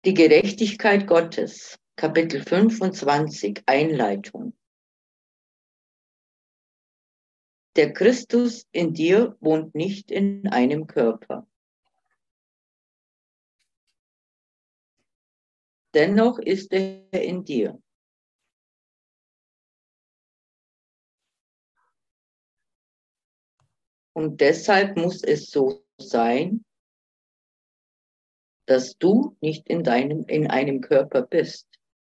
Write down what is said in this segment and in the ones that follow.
Die Gerechtigkeit Gottes, Kapitel 25, Einleitung. Der Christus in dir wohnt nicht in einem Körper. Dennoch ist er in dir. Und deshalb muss es so sein, dass du nicht in einem Körper bist.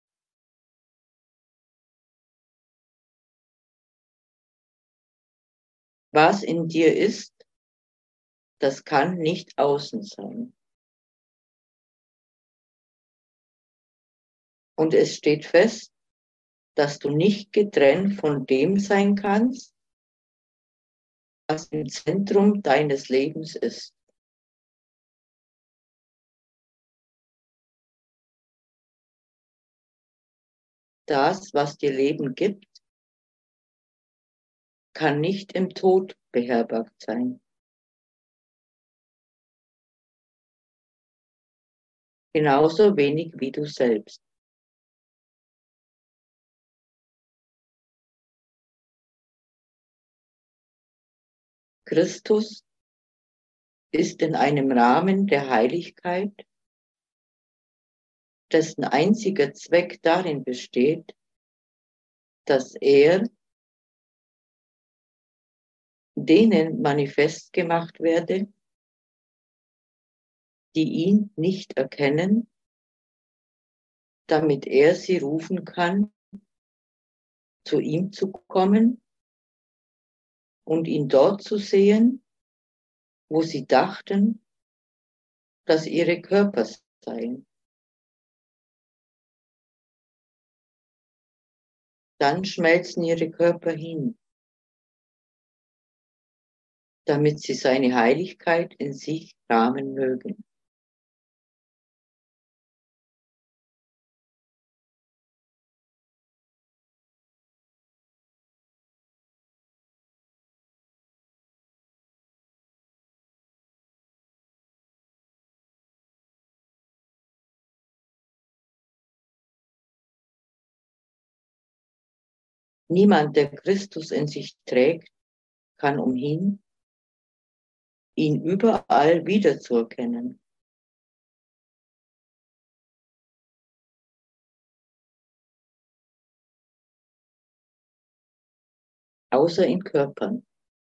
Was in dir ist, das kann nicht außen sein. Und es steht fest, dass du nicht getrennt von dem sein kannst, was im Zentrum deines Lebens ist. Das, was dir Leben gibt, kann nicht im Tod beherbergt sein. Genauso wenig wie du selbst. Christus ist in einem Rahmen der Heiligkeit, dessen einziger Zweck darin besteht, dass er denen manifest gemacht werde, die ihn nicht erkennen, damit er sie rufen kann, zu ihm zu kommen und ihn dort zu sehen, wo sie dachten, dass ihre Körper seien. Dann schmelzen ihre Körper hin, damit sie seine Heiligkeit in sich rahmen mögen. Niemand, der Christus in sich trägt, kann umhin, ihn überall wiederzuerkennen. Außer in Körpern.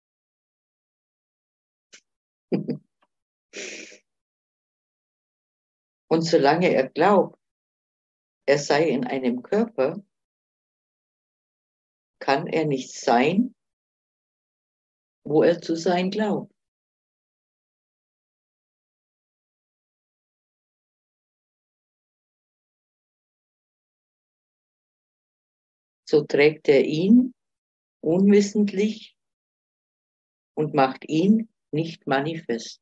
Und solange er glaubt, er sei in einem Körper, kann er nicht sein, wo er zu sein glaubt. So trägt er ihn unwissentlich und macht ihn nicht manifest.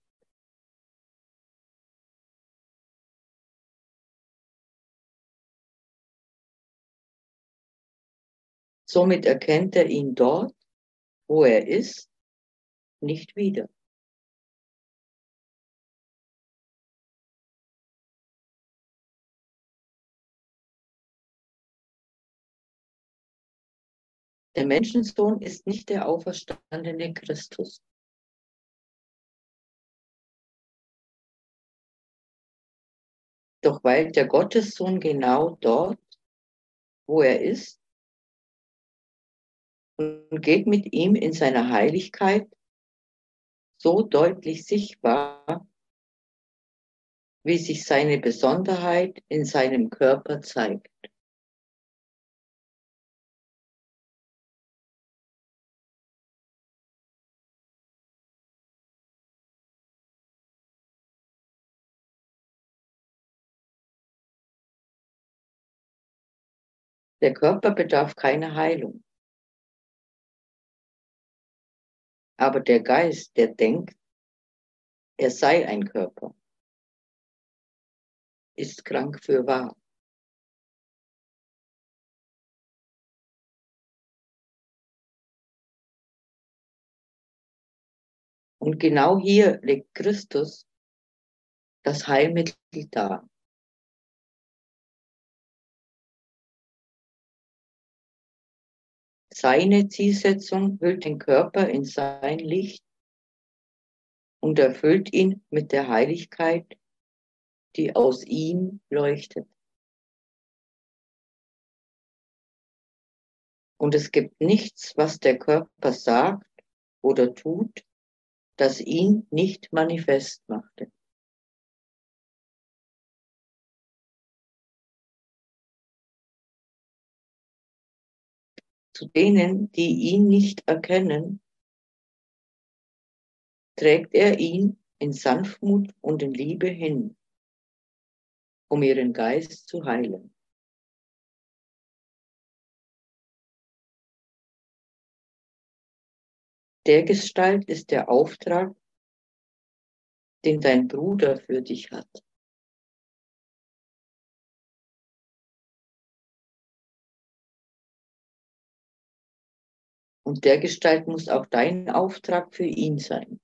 Somit erkennt er ihn dort, wo er ist, nicht wieder. Der Menschensohn ist nicht der auferstandene Christus. Doch weil der Gottessohn genau dort, wo er ist, und geht mit ihm in seiner Heiligkeit so deutlich sichtbar, wie sich seine Besonderheit in seinem Körper zeigt. Der Körper bedarf keiner Heilung. Aber der Geist, der denkt, er sei ein Körper, ist krank fürwahr. Und genau hier legt Christus das Heilmittel dar. Seine Zielsetzung hüllt den Körper in sein Licht und erfüllt ihn mit der Heiligkeit, die aus ihm leuchtet. Und es gibt nichts, was der Körper sagt oder tut, das ihn nicht manifest machte. Zu denen, die ihn nicht erkennen, trägt er ihn in Sanftmut und in Liebe hin, um ihren Geist zu heilen. Dergestalt ist der Auftrag, den dein Bruder für dich hat. Und dergestalt muss auch dein Auftrag für ihn sein.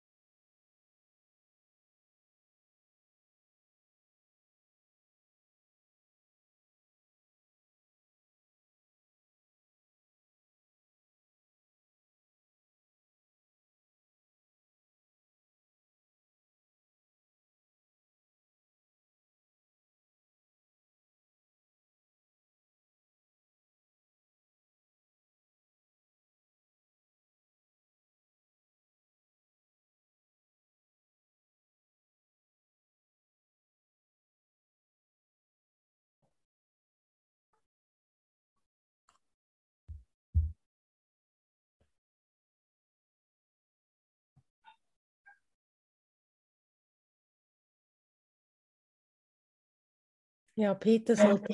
Ja, Peter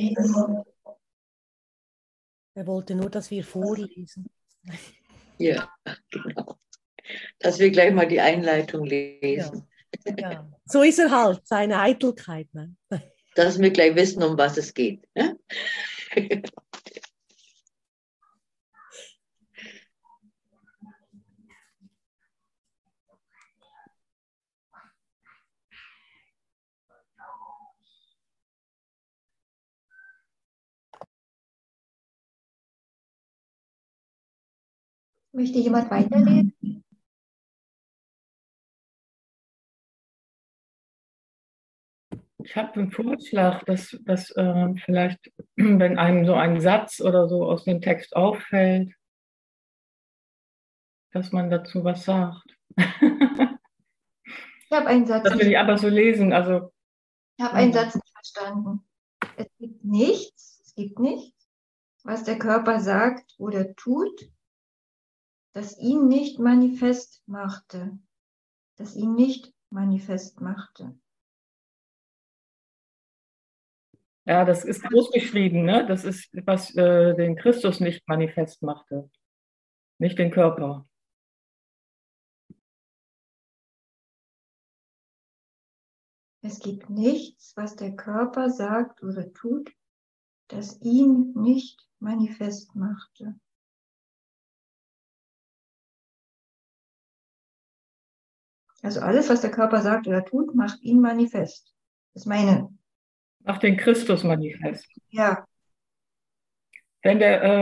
er wollte nur, dass wir vorlesen. Ja, genau. Dass wir gleich mal die Einleitung lesen. Ja. So ist er halt, seine Eitelkeit. Ne? Dass wir gleich wissen, um was es geht. Ne? Möchte jemand weiterlesen? Ich habe einen Vorschlag, dass vielleicht, wenn einem so ein Satz oder so aus dem Text auffällt, dass man dazu was sagt. Ich habe einen Satz Dass wir nicht einfach so lesen. Also, Ich habe einen Satz nicht verstanden. Es gibt nichts, was der Körper sagt oder tut, das ihn nicht manifest machte. Das ihn nicht manifest machte. ja, das ist groß geschrieben, ne? Das ist, was den Christus nicht manifest machte, nicht den Körper. Es gibt nichts, was der Körper sagt oder tut, das ihn nicht manifest machte. Also alles, was der Körper sagt oder tut, macht ihn manifest. Das ist meine. Macht den Christus manifest. Ja, Wenn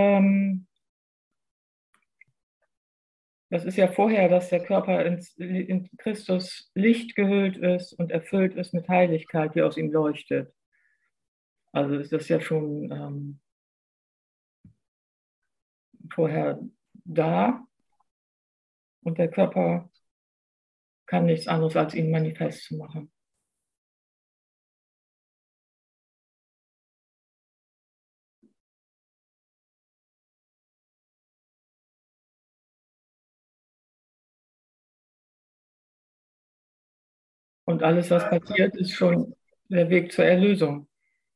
das ist ja vorher, dass der Körper in Christus Licht gehüllt ist und erfüllt ist mit Heiligkeit, die aus ihm leuchtet. Also ist das ja schon vorher da und der Körper kann nichts anderes, als ihn manifest zu machen. Und alles, was passiert, ist schon der Weg zur Erlösung.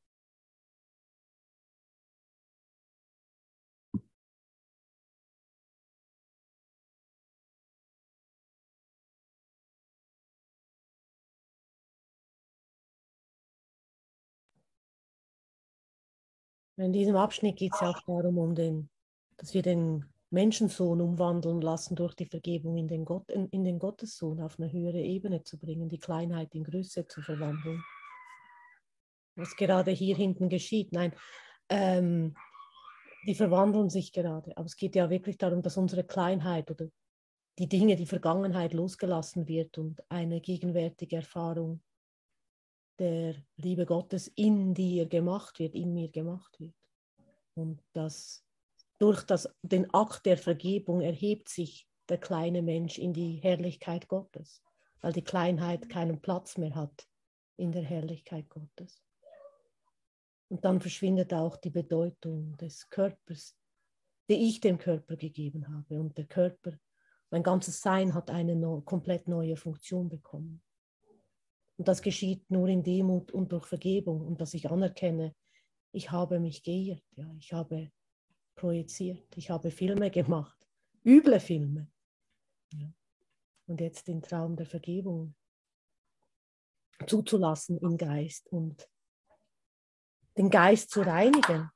In diesem Abschnitt geht es ja auch darum, dass wir den Menschensohn umwandeln lassen durch die Vergebung in den Gottessohn auf eine höhere Ebene zu bringen, die Kleinheit in Größe zu verwandeln. Was gerade hier hinten geschieht. Nein, Die verwandeln sich gerade. Aber es geht ja wirklich darum, dass unsere Kleinheit oder die Dinge, die Vergangenheit losgelassen wird und eine gegenwärtige Erfahrung der Liebe Gottes in dir gemacht wird, in mir gemacht wird. Und dass durch den Akt der Vergebung erhebt sich der kleine Mensch in die Herrlichkeit Gottes, weil die Kleinheit keinen Platz mehr hat in der Herrlichkeit Gottes. Und dann verschwindet auch die Bedeutung des Körpers, die ich dem Körper gegeben habe. Und der Körper, mein ganzes Sein hat eine komplett neue Funktion bekommen. Und das geschieht nur in Demut und durch Vergebung und dass ich anerkenne, ich habe mich geirrt, ja, ich habe projiziert, ich habe Filme gemacht, üble Filme. Ja. Und jetzt den Traum der Vergebung zuzulassen im Geist und den Geist zu reinigen.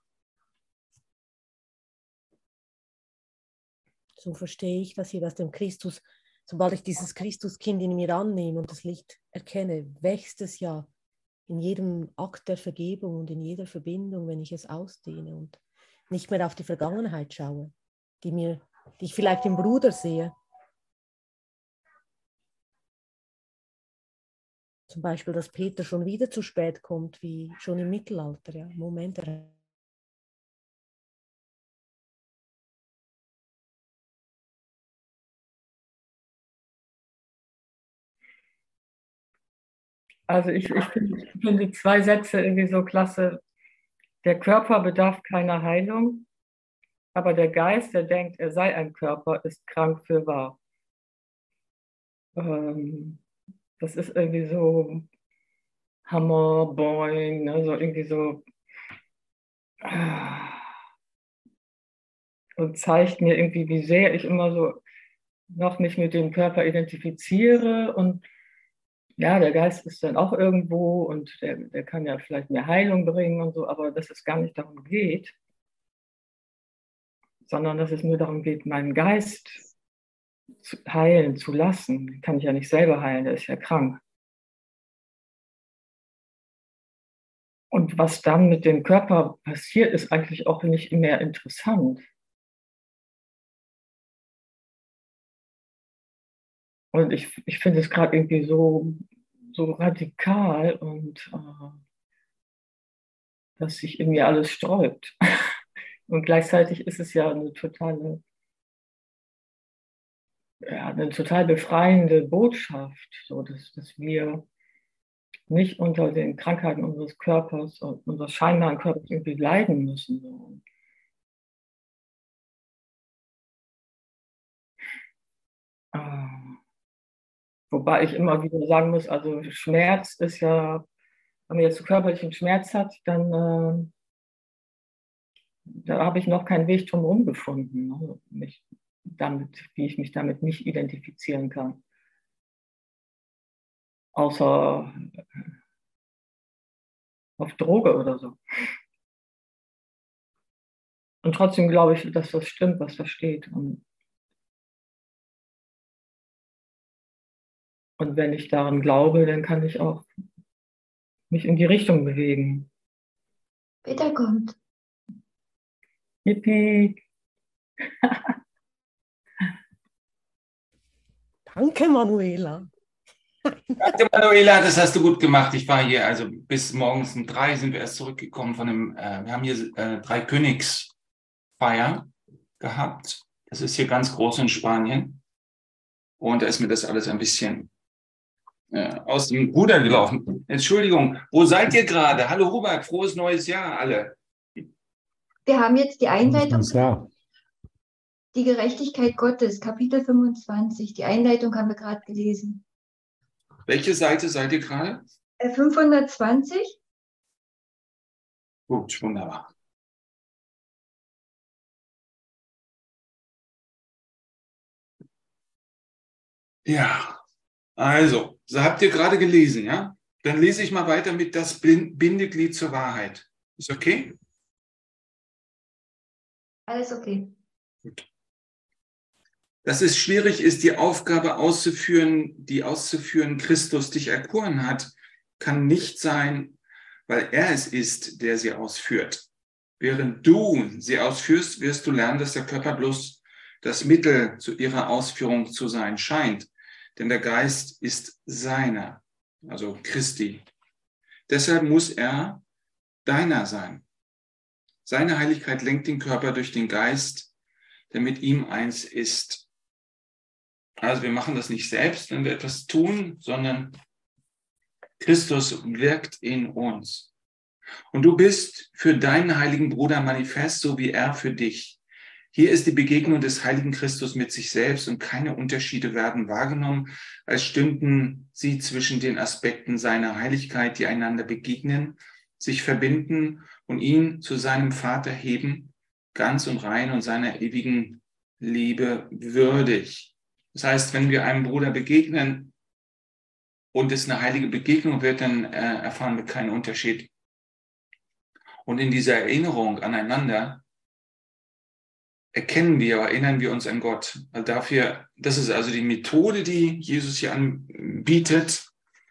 So verstehe ich das hier, dass dem Christus, sobald ich dieses Christuskind in mir annehme und das Licht erkenne, wächst es ja in jedem Akt der Vergebung und in jeder Verbindung, wenn ich es ausdehne und nicht mehr auf die Vergangenheit schaue, die ich vielleicht im Bruder sehe. Zum Beispiel, dass Peter schon wieder zu spät kommt, wie schon im Mittelalter. Ja. Moment. Also ich finde 2 Sätze irgendwie so klasse. Der Körper bedarf keiner Heilung, aber der Geist, der denkt, er sei ein Körper, ist krank fürwahr. Das ist irgendwie so Hammer, Boing, ne, so irgendwie so und zeigt mir irgendwie, wie sehr ich immer so noch mich mit dem Körper identifiziere und ja, der Geist ist dann auch irgendwo und der kann ja vielleicht mehr Heilung bringen und so, aber dass es gar nicht darum geht, sondern dass es nur darum geht, meinen Geist heilen zu lassen. Den kann ich ja nicht selber heilen, der ist ja krank. Und was dann mit dem Körper passiert, ist eigentlich auch nicht mehr interessant. Und ich finde es gerade irgendwie so radikal und dass sich in mir alles sträubt. Und gleichzeitig ist es ja eine total befreiende Botschaft, so dass wir nicht unter den Krankheiten unseres Körpers, unseres scheinbaren Körpers irgendwie leiden müssen. So. Wobei ich immer wieder sagen muss, also Schmerz ist ja, wenn man jetzt körperlichen Schmerz hat, dann da habe ich noch keinen Weg drumherum gefunden, ne? Wie ich mich damit nicht identifizieren kann. Außer auf Droge oder so. Und trotzdem glaube ich, dass das stimmt, was da steht. Und wenn ich daran glaube, dann kann ich auch mich in die Richtung bewegen. Peter kommt. Yippie! Danke, Manuela. Danke, Manuela, das hast du gut gemacht. Ich war hier, also bis morgens um 3 sind wir erst zurückgekommen von dem, wir haben hier 3 Königsfeier gehabt. Das ist hier ganz groß in Spanien. Und da ist mir das alles ein bisschen aus dem Ruder gelaufen. Entschuldigung, wo seid ihr gerade? Hallo Robert, frohes neues Jahr alle. Wir haben jetzt die Einleitung, Ja. die Gerechtigkeit Gottes, Kapitel 25. Die Einleitung haben wir gerade gelesen. Welche Seite seid ihr gerade? 520. Gut, wunderbar. Ja, also, so habt ihr gerade gelesen, ja? Dann lese ich mal weiter mit das Bindeglied zur Wahrheit. Ist okay? Alles okay. Gut. Dass es schwierig ist, die Aufgabe auszuführen, Christus dich erkoren hat, kann nicht sein, weil er es ist, der sie ausführt. Während du sie ausführst, wirst du lernen, dass der Körper bloß das Mittel zu ihrer Ausführung zu sein scheint. Denn der Geist ist seiner, also Christi. Deshalb muss er deiner sein. Seine Heiligkeit lenkt den Körper durch den Geist, der mit ihm eins ist. Also wir machen das nicht selbst, wenn wir etwas tun, sondern Christus wirkt in uns. Und du bist für deinen heiligen Bruder manifest, so wie er für dich. Hier ist die Begegnung des heiligen Christus mit sich selbst und keine Unterschiede werden wahrgenommen, als stünden sie zwischen den Aspekten seiner Heiligkeit, die einander begegnen, sich verbinden und ihn zu seinem Vater heben, ganz und rein und seiner ewigen Liebe würdig. Das heißt, wenn wir einem Bruder begegnen und es eine heilige Begegnung wird, dann erfahren wir keinen Unterschied. Und in dieser Erinnerung aneinander erinnern wir uns an Gott. Das ist also die Methode, die Jesus hier anbietet,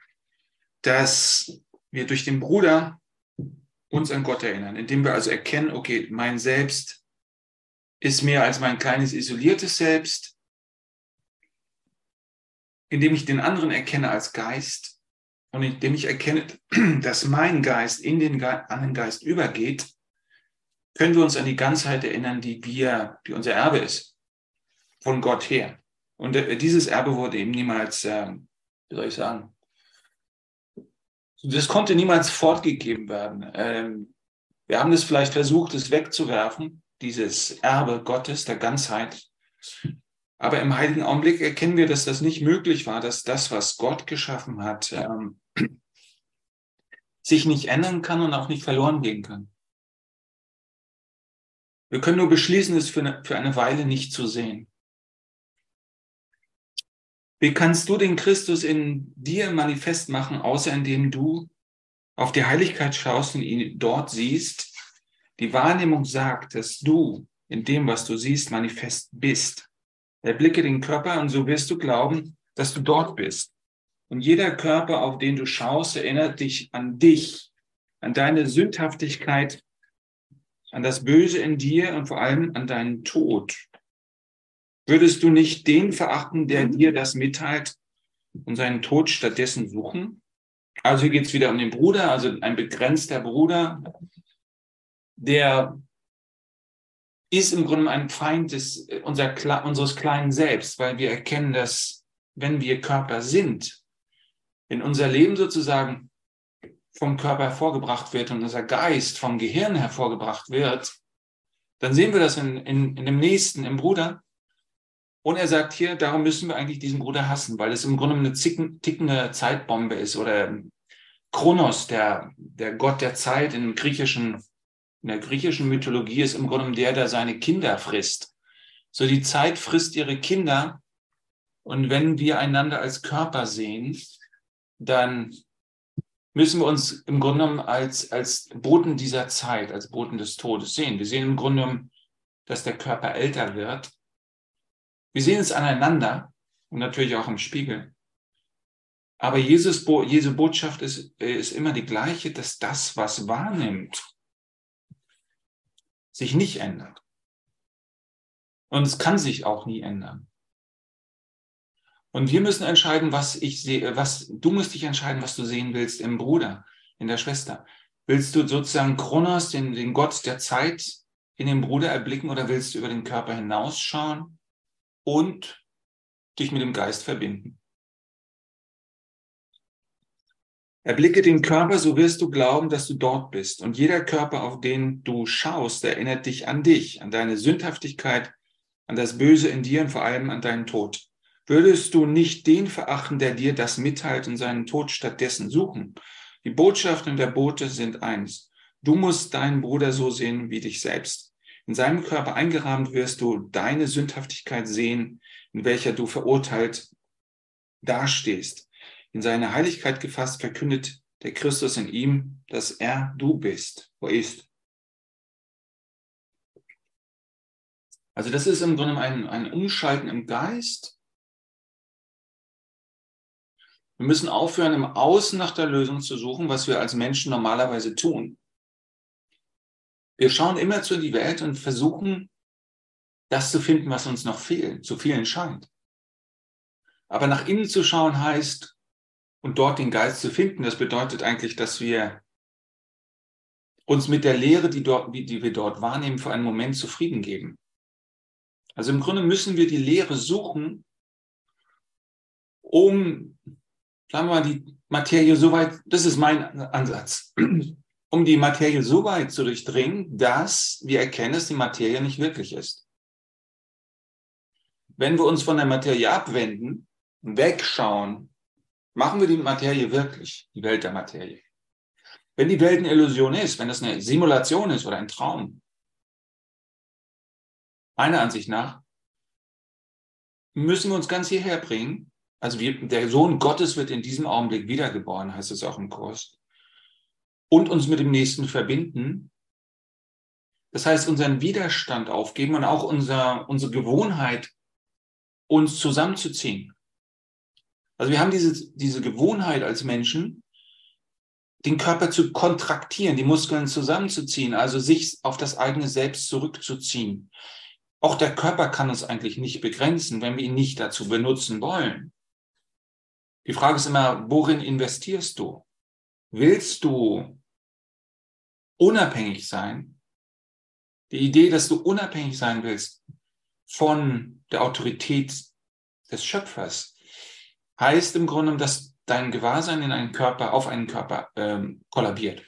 dass wir durch den Bruder uns an Gott erinnern, indem wir also erkennen, okay, mein Selbst ist mehr als mein kleines isoliertes Selbst, indem ich den anderen erkenne als Geist und indem ich erkenne, dass mein Geist in den anderen Geist übergeht, können wir uns an die Ganzheit erinnern, die unser Erbe ist, von Gott her. Und dieses Erbe wurde eben niemals, das konnte niemals fortgegeben werden. Wir haben es vielleicht versucht, es wegzuwerfen, dieses Erbe Gottes, der Ganzheit. Aber im heiligen Augenblick erkennen wir, dass das nicht möglich war, dass das, was Gott geschaffen hat, sich nicht ändern kann und auch nicht verloren gehen kann. Wir können nur beschließen, es für eine Weile nicht zu sehen. Wie kannst du den Christus in dir manifest machen, außer indem du auf die Heiligkeit schaust und ihn dort siehst? Die Wahrnehmung sagt, dass du in dem, was du siehst, manifest bist. Erblicke den Körper und so wirst du glauben, dass du dort bist. Und jeder Körper, auf den du schaust, erinnert dich, an deine Sündhaftigkeit, an das Böse in dir und vor allem an deinen Tod. Würdest du nicht den verachten, der dir das mitteilt und seinen Tod stattdessen suchen? Also hier geht es wieder um den Bruder, also ein begrenzter Bruder, der ist im Grunde ein Feind unseres kleinen Selbst, weil wir erkennen, dass wenn wir Körper sind, wenn unser Leben sozusagen vom Körper hervorgebracht wird und unser Geist vom Gehirn hervorgebracht wird, dann sehen wir das in dem Nächsten, im Bruder. Und er sagt hier, darum müssen wir eigentlich diesen Bruder hassen, weil es im Grunde eine tickende Zeitbombe ist. Oder Kronos, der Gott der Zeit in der griechischen Mythologie ist im Grunde der seine Kinder frisst. So die Zeit frisst ihre Kinder. Und wenn wir einander als Körper sehen, dann müssen wir uns im Grunde genommen als Boten dieser Zeit, als Boten des Todes sehen. Wir sehen im Grunde genommen, dass der Körper älter wird. Wir sehen es aneinander und natürlich auch im Spiegel. Aber Jesu Botschaft ist immer die gleiche, dass das, was wahrnimmt, sich nicht ändert. Und es kann sich auch nie ändern. Und wir müssen entscheiden, was ich sehe, du musst dich entscheiden, was du sehen willst im Bruder, in der Schwester. Willst du sozusagen Kronos, den Gott der Zeit, in dem Bruder erblicken oder willst du über den Körper hinausschauen und dich mit dem Geist verbinden? Erblicke den Körper, so wirst du glauben, dass du dort bist. Und jeder Körper, auf den du schaust, erinnert dich, an deine Sündhaftigkeit, an das Böse in dir und vor allem an deinen Tod. Würdest du nicht den verachten, der dir das mitteilt und seinen Tod stattdessen suchen? Die Botschaft und der Bote sind eins. Du musst deinen Bruder so sehen wie dich selbst. In seinem Körper eingerahmt wirst du deine Sündhaftigkeit sehen, in welcher du verurteilt dastehst. In seine Heiligkeit gefasst verkündet der Christus in ihm, dass er du bist, wo er ist. Also das ist im Grunde ein Umschalten im Geist. Wir müssen aufhören, im Außen nach der Lösung zu suchen, was wir als Menschen normalerweise tun. Wir schauen immer zu in die Welt und versuchen, das zu finden, was uns noch fehlt, zu vielen scheint. Aber nach innen zu schauen heißt, und dort den Geist zu finden, das bedeutet eigentlich, dass wir uns mit der Lehre, die wir dort wahrnehmen, für einen Moment zufrieden geben. Also im Grunde müssen wir die Lehre suchen, um, sagen wir mal, die Materie so weit, das ist mein Ansatz, um die Materie so weit zu durchdringen, dass wir erkennen, dass die Materie nicht wirklich ist. Wenn wir uns von der Materie abwenden, wegschauen, machen wir die Materie wirklich, die Welt der Materie. Wenn die Welt eine Illusion ist, wenn das eine Simulation ist oder ein Traum, meiner Ansicht nach, müssen wir uns ganz hierher bringen. Also der Sohn Gottes wird in diesem Augenblick wiedergeboren, heißt es auch im Kurs. Und uns mit dem Nächsten verbinden. Das heißt, unseren Widerstand aufgeben und auch unsere Gewohnheit, uns zusammenzuziehen. Also wir haben diese Gewohnheit als Menschen, den Körper zu kontraktieren, die Muskeln zusammenzuziehen, also sich auf das eigene Selbst zurückzuziehen. Auch der Körper kann uns eigentlich nicht begrenzen, wenn wir ihn nicht dazu benutzen wollen. Die Frage ist immer, worin investierst du? Willst du unabhängig sein? Die Idee, dass du unabhängig sein willst von der Autorität des Schöpfers, heißt im Grunde, dass dein Gewahrsein in einen Körper, auf einen Körper kollabiert.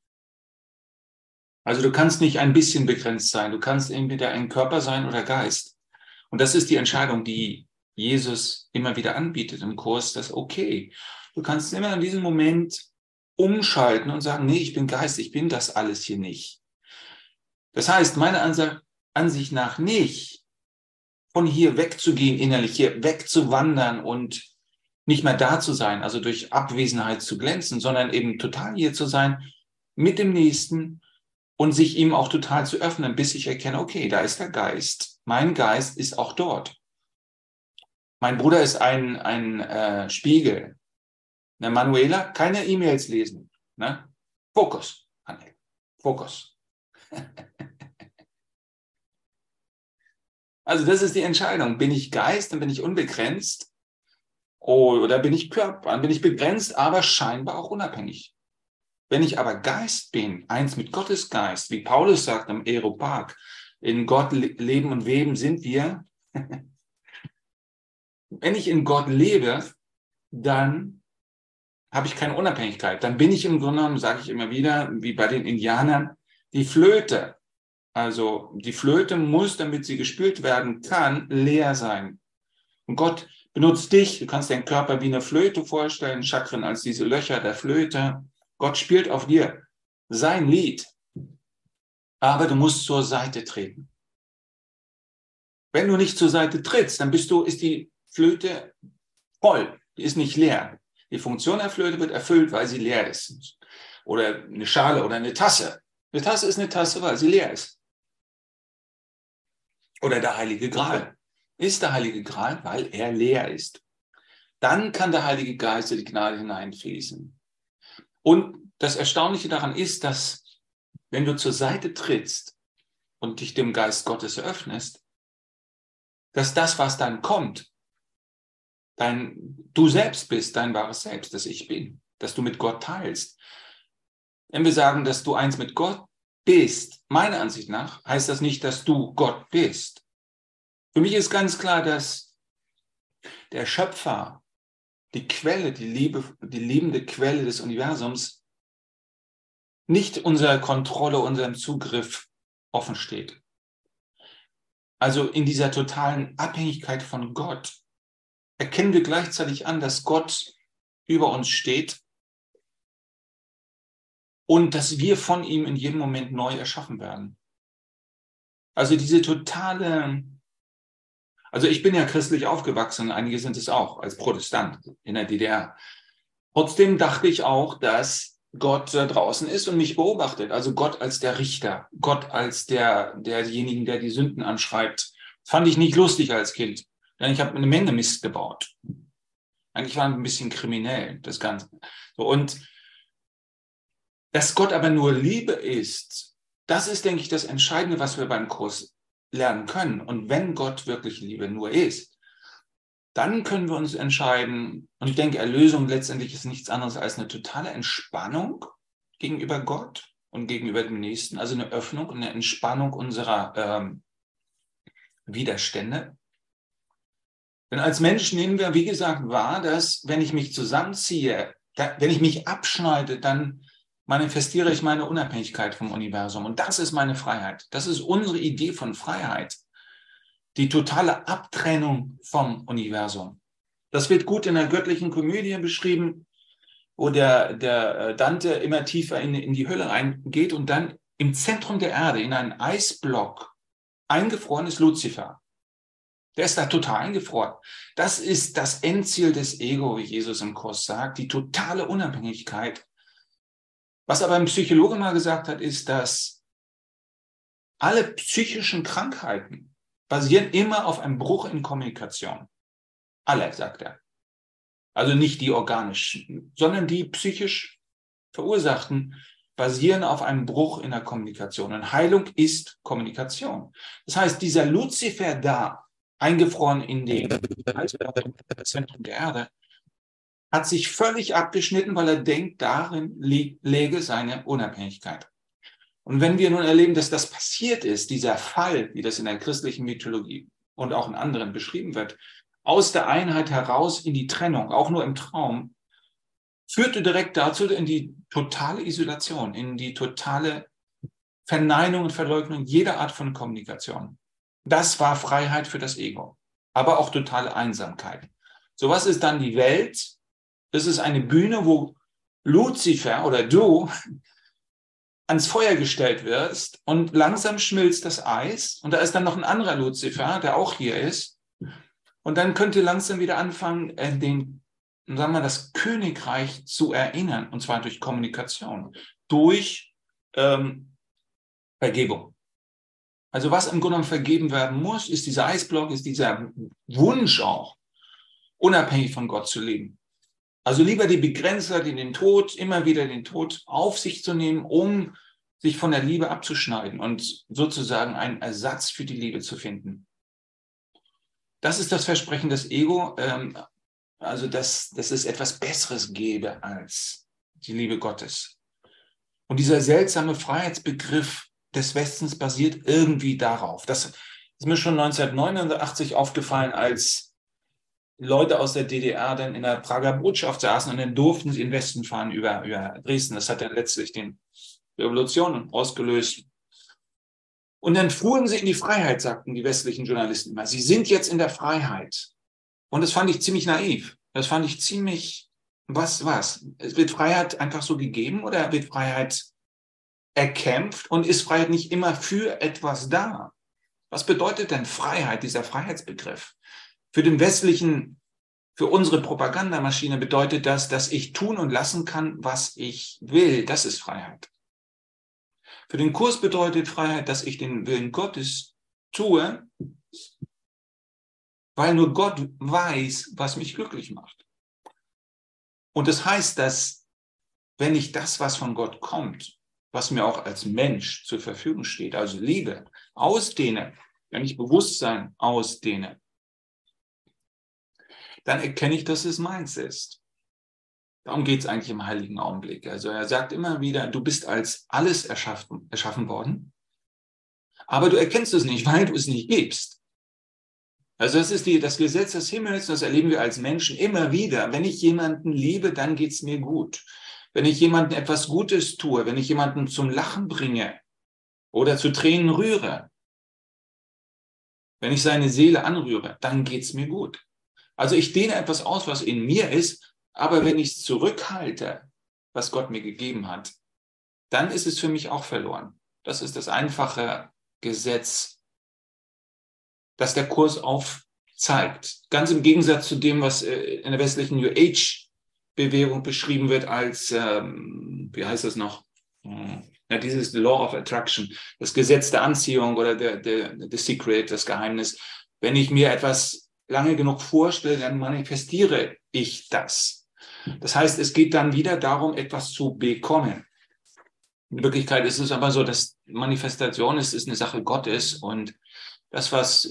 Also du kannst nicht ein bisschen begrenzt sein, du kannst entweder ein Körper sein oder Geist. Und das ist die Entscheidung, die Jesus immer wieder anbietet im Kurs, dass okay, du kannst immer in diesem Moment umschalten und sagen, nee, ich bin Geist, ich bin das alles hier nicht. Das heißt, meiner Ansicht nach nicht, von hier wegzugehen, innerlich hier wegzuwandern und nicht mehr da zu sein, also durch Abwesenheit zu glänzen, sondern eben total hier zu sein, mit dem Nächsten und sich ihm auch total zu öffnen, bis ich erkenne, okay, da ist der Geist. Mein Geist ist auch dort. Mein Bruder ist ein Spiegel. Ne, Manuela, keine E-Mails lesen. Ne? Fokus, Fokus. Also das ist die Entscheidung. Bin ich Geist, dann bin ich unbegrenzt. Oder bin ich Körper, dann bin ich begrenzt, aber scheinbar auch unabhängig. Wenn ich aber Geist bin, eins mit Gottes Geist, wie Paulus sagt im Aeropag, in Gott leben und weben sind wir. Wenn ich in Gott lebe, dann habe ich keine Unabhängigkeit. Dann bin ich im Grunde genommen, sage ich immer wieder, wie bei den Indianern, die Flöte. Also die Flöte muss, damit sie gespielt werden kann, leer sein. Und Gott benutzt dich, du kannst deinen Körper wie eine Flöte vorstellen, Chakren als diese Löcher der Flöte. Gott spielt auf dir sein Lied, aber du musst zur Seite treten. Wenn du nicht zur Seite trittst, dann ist die Flöte voll, die ist nicht leer. Die Funktion der Flöte wird erfüllt, weil sie leer ist. Oder eine Schale oder eine Tasse. Eine Tasse ist eine Tasse, weil sie leer ist. Oder der Heilige Gral. Ist der Heilige Gral, weil er leer ist. Dann kann der Heilige Geist in die Gnade hineinfließen. Und das Erstaunliche daran ist, dass wenn du zur Seite trittst und dich dem Geist Gottes öffnest, dass das, was dann kommt, du selbst bist, dein wahres Selbst, das ich bin, dass du mit Gott teilst. Wenn wir sagen, dass du eins mit Gott bist, meiner Ansicht nach, heißt das nicht, dass du Gott bist. Für mich ist ganz klar, dass der Schöpfer, die Quelle, die liebende Quelle des Universums, nicht unserer Kontrolle, unserem Zugriff offen steht. Also in dieser totalen Abhängigkeit von Gott erkennen wir gleichzeitig an, dass Gott über uns steht und dass wir von ihm in jedem Moment neu erschaffen werden. Also diese totale, also ich bin ja christlich aufgewachsen, einige sind es auch, als Protestant in der DDR. Trotzdem dachte ich auch, dass Gott draußen ist und mich beobachtet. Also Gott als der Richter, Gott als derjenigen, der die Sünden anschreibt. Das fand ich nicht lustig als Kind, denn ich habe eine Menge Mist gebaut. Eigentlich war ein bisschen kriminell, das Ganze. So, und dass Gott aber nur Liebe ist Das ist, denke ich, das Entscheidende, was wir beim Kurs lernen können. Und wenn Gott wirklich Liebe nur ist, dann können wir uns entscheiden, und ich denke, Erlösung letztendlich ist nichts anderes als eine totale Entspannung gegenüber Gott und gegenüber dem Nächsten, also eine Öffnung und eine Entspannung unserer Widerstände. Denn als Mensch nehmen wir, wie gesagt, wahr, dass wenn ich mich zusammenziehe, wenn ich mich abschneide, dann manifestiere ich meine Unabhängigkeit vom Universum. Und das ist meine Freiheit. Das ist unsere Idee von Freiheit. Die totale Abtrennung vom Universum. Das wird gut in der göttlichen Komödie beschrieben, wo der Dante immer tiefer in die Hölle reingeht und dann im Zentrum der Erde, in einen Eisblock, eingefroren ist Luzifer. Der ist da total eingefroren. Das ist das Endziel des Ego, wie Jesus im Kurs sagt, die totale Unabhängigkeit. Was aber ein Psychologe mal gesagt hat, ist, dass alle psychischen Krankheiten basieren immer auf einem Bruch in Kommunikation. Alle, sagt er. Also nicht die organischen, sondern die psychisch verursachten, basieren auf einem Bruch in der Kommunikation. Und Heilung ist Kommunikation. Das heißt, dieser Luzifer da, eingefroren in dem Zentrum der Erde, hat sich völlig abgeschnitten, weil er denkt, darin läge seine Unabhängigkeit. Und wenn wir nun erleben, dass das passiert ist, dieser Fall, wie das in der christlichen Mythologie und auch in anderen beschrieben wird, aus der Einheit heraus in die Trennung, auch nur im Traum, führte direkt dazu in die totale Isolation, in die totale Verneinung und Verleugnung jeder Art von Kommunikation. Das war Freiheit für das Ego, aber auch totale Einsamkeit. So, was ist dann die Welt? Das ist eine Bühne, wo Luzifer oder du ans Feuer gestellt wirst und langsam schmilzt das Eis und da ist dann noch ein anderer Luzifer, der auch hier ist und dann könnt ihr langsam wieder anfangen, das Königreich zu erinnern und zwar durch Kommunikation, durch Vergebung. Also was im Grunde genommen vergeben werden muss, ist dieser Eisblock, ist dieser Wunsch auch, unabhängig von Gott zu leben. Also lieber die Begrenzer, den Tod, immer wieder den Tod auf sich zu nehmen, um sich von der Liebe abzuschneiden und sozusagen einen Ersatz für die Liebe zu finden. Das ist das Versprechen des Ego, also dass es etwas Besseres gäbe als die Liebe Gottes. Und dieser seltsame Freiheitsbegriff des Westens basiert irgendwie darauf. Das ist mir schon 1989 aufgefallen, als Leute aus der DDR dann in der Prager Botschaft saßen und dann durften sie in den Westen fahren über Dresden. Das hat dann letztlich die Revolution ausgelöst. Und dann fuhren sie in die Freiheit, sagten die westlichen Journalisten immer. Sie sind jetzt in der Freiheit. Und das fand ich ziemlich naiv. Das fand ich ziemlich, was? Es wird Freiheit einfach so gegeben oder wird Freiheit erkämpft und ist Freiheit nicht immer für etwas da? Was bedeutet denn Freiheit, dieser Freiheitsbegriff? Für den westlichen, für unsere Propagandamaschine bedeutet das, dass ich tun und lassen kann, was ich will. Das ist Freiheit. Für den Kurs bedeutet Freiheit, dass ich den Willen Gottes tue, weil nur Gott weiß, was mich glücklich macht. Und das heißt, dass wenn ich das, was von Gott kommt, was mir auch als Mensch zur Verfügung steht, also Liebe, ausdehne, wenn ich Bewusstsein ausdehne, dann erkenne ich, dass es meins ist. Darum geht es eigentlich im heiligen Augenblick. Also er sagt immer wieder, du bist als alles erschaffen worden, aber du erkennst es nicht, weil du es nicht gibst. Also das ist das Gesetz des Himmels, das erleben wir als Menschen immer wieder. Wenn ich jemanden liebe, dann geht es mir gut. Wenn ich jemandem etwas Gutes tue, wenn ich jemanden zum Lachen bringe oder zu Tränen rühre, wenn ich seine Seele anrühre, dann geht es mir gut. Also ich dehne etwas aus, was in mir ist, aber wenn ich es zurückhalte, was Gott mir gegeben hat, dann ist es für mich auch verloren. Das ist das einfache Gesetz, das der Kurs aufzeigt. Ganz im Gegensatz zu dem, was in der westlichen New Age-Bewegung beschrieben wird als, wie heißt das noch? Ja, dieses Law of Attraction, das Gesetz der Anziehung oder the Secret, das Geheimnis. Wenn ich mir etwas lange genug vorstelle, dann manifestiere ich das. Das heißt, es geht dann wieder darum, etwas zu bekommen. In Wirklichkeit ist es aber so, dass Manifestation ist eine Sache Gottes und das,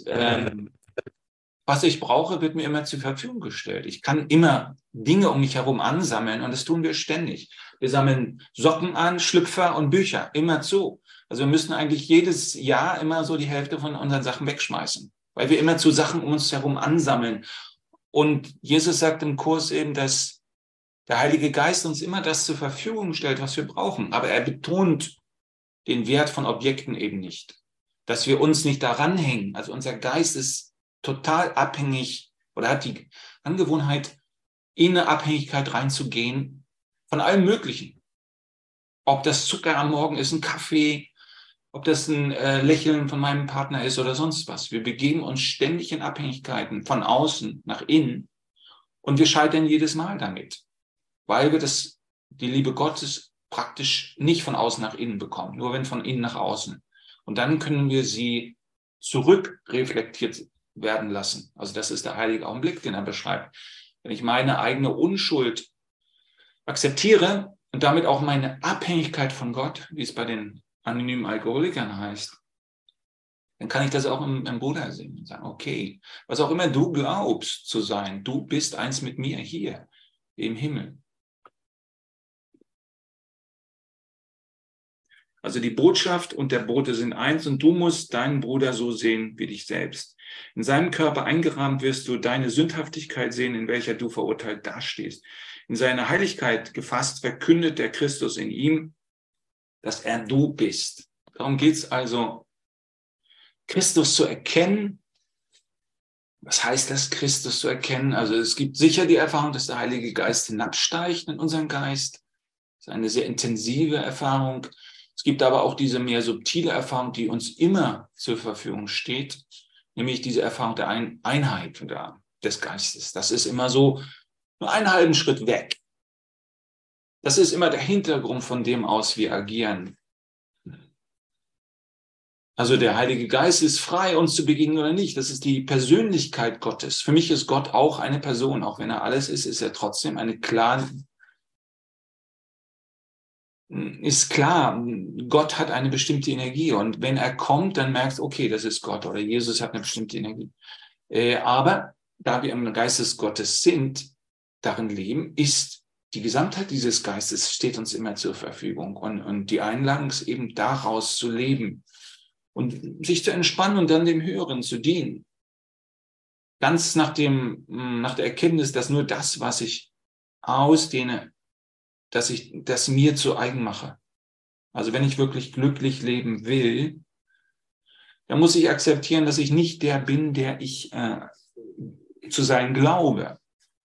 was ich brauche, wird mir immer zur Verfügung gestellt. Ich kann immer Dinge um mich herum ansammeln und das tun wir ständig. Wir sammeln Socken an, Schlüpfer und Bücher, immer zu. Also wir müssen eigentlich jedes Jahr immer so die Hälfte von unseren Sachen wegschmeißen, weil wir immer zu Sachen um uns herum ansammeln. Und Jesus sagt im Kurs eben, dass der Heilige Geist uns immer das zur Verfügung stellt, was wir brauchen. Aber er betont den Wert von Objekten eben nicht. Dass wir uns nicht daran hängen. Also unser Geist ist total abhängig oder hat die Angewohnheit, in eine Abhängigkeit reinzugehen von allem Möglichen. Ob das Zucker am Morgen ist, ein Kaffee, ob das ein Lächeln von meinem Partner ist oder sonst was. Wir begeben uns ständig in Abhängigkeiten von außen nach innen und wir scheitern jedes Mal damit, weil wir die Liebe Gottes praktisch nicht von außen nach innen bekommen, nur wenn von innen nach außen. Und dann können wir sie zurückreflektiert werden lassen. Also das ist der heilige Augenblick, den er beschreibt. Wenn ich meine eigene Unschuld akzeptiere und damit auch meine Abhängigkeit von Gott, wie es bei den anonymen Alkoholikern heißt, dann kann ich das auch im Bruder sehen und sagen, okay, was auch immer du glaubst zu sein, du bist eins mit mir hier im Himmel. Also die Botschaft und der Bote sind eins und du musst deinen Bruder so sehen wie dich selbst. In seinem Körper eingerahmt wirst du deine Sündhaftigkeit sehen, in welcher du verurteilt dastehst. In seine Heiligkeit gefasst verkündet der Christus in ihm, dass er du bist. Darum geht es also, Christus zu erkennen. Was heißt das, Christus zu erkennen? Also es gibt sicher die Erfahrung, dass der Heilige Geist hinabsteigt in unseren Geist. Das ist eine sehr intensive Erfahrung. Es gibt aber auch diese mehr subtile Erfahrung, die uns immer zur Verfügung steht, nämlich diese Erfahrung der Einheit des Geistes. Das ist immer so nur einen halben Schritt weg. Das ist immer der Hintergrund, von dem aus wir agieren. Also der Heilige Geist ist frei, uns zu begegnen oder nicht. Das ist die Persönlichkeit Gottes. Für mich ist Gott auch eine Person. Auch wenn er alles ist er trotzdem ist klar, Gott hat eine bestimmte Energie und wenn er kommt, dann merkst du, okay, das ist Gott oder Jesus hat eine bestimmte Energie. Aber da wir im Geist des Gottes sind, darin leben, ist die Gesamtheit dieses Geistes steht uns immer zur Verfügung und die Einladung ist eben daraus zu leben und sich zu entspannen und dann dem Höheren zu dienen. Ganz nach der Erkenntnis, dass nur das, was ich ausdehne, dass ich das mir zu eigen mache. Also wenn ich wirklich glücklich leben will, dann muss ich akzeptieren, dass ich nicht der bin, der ich zu sein glaube.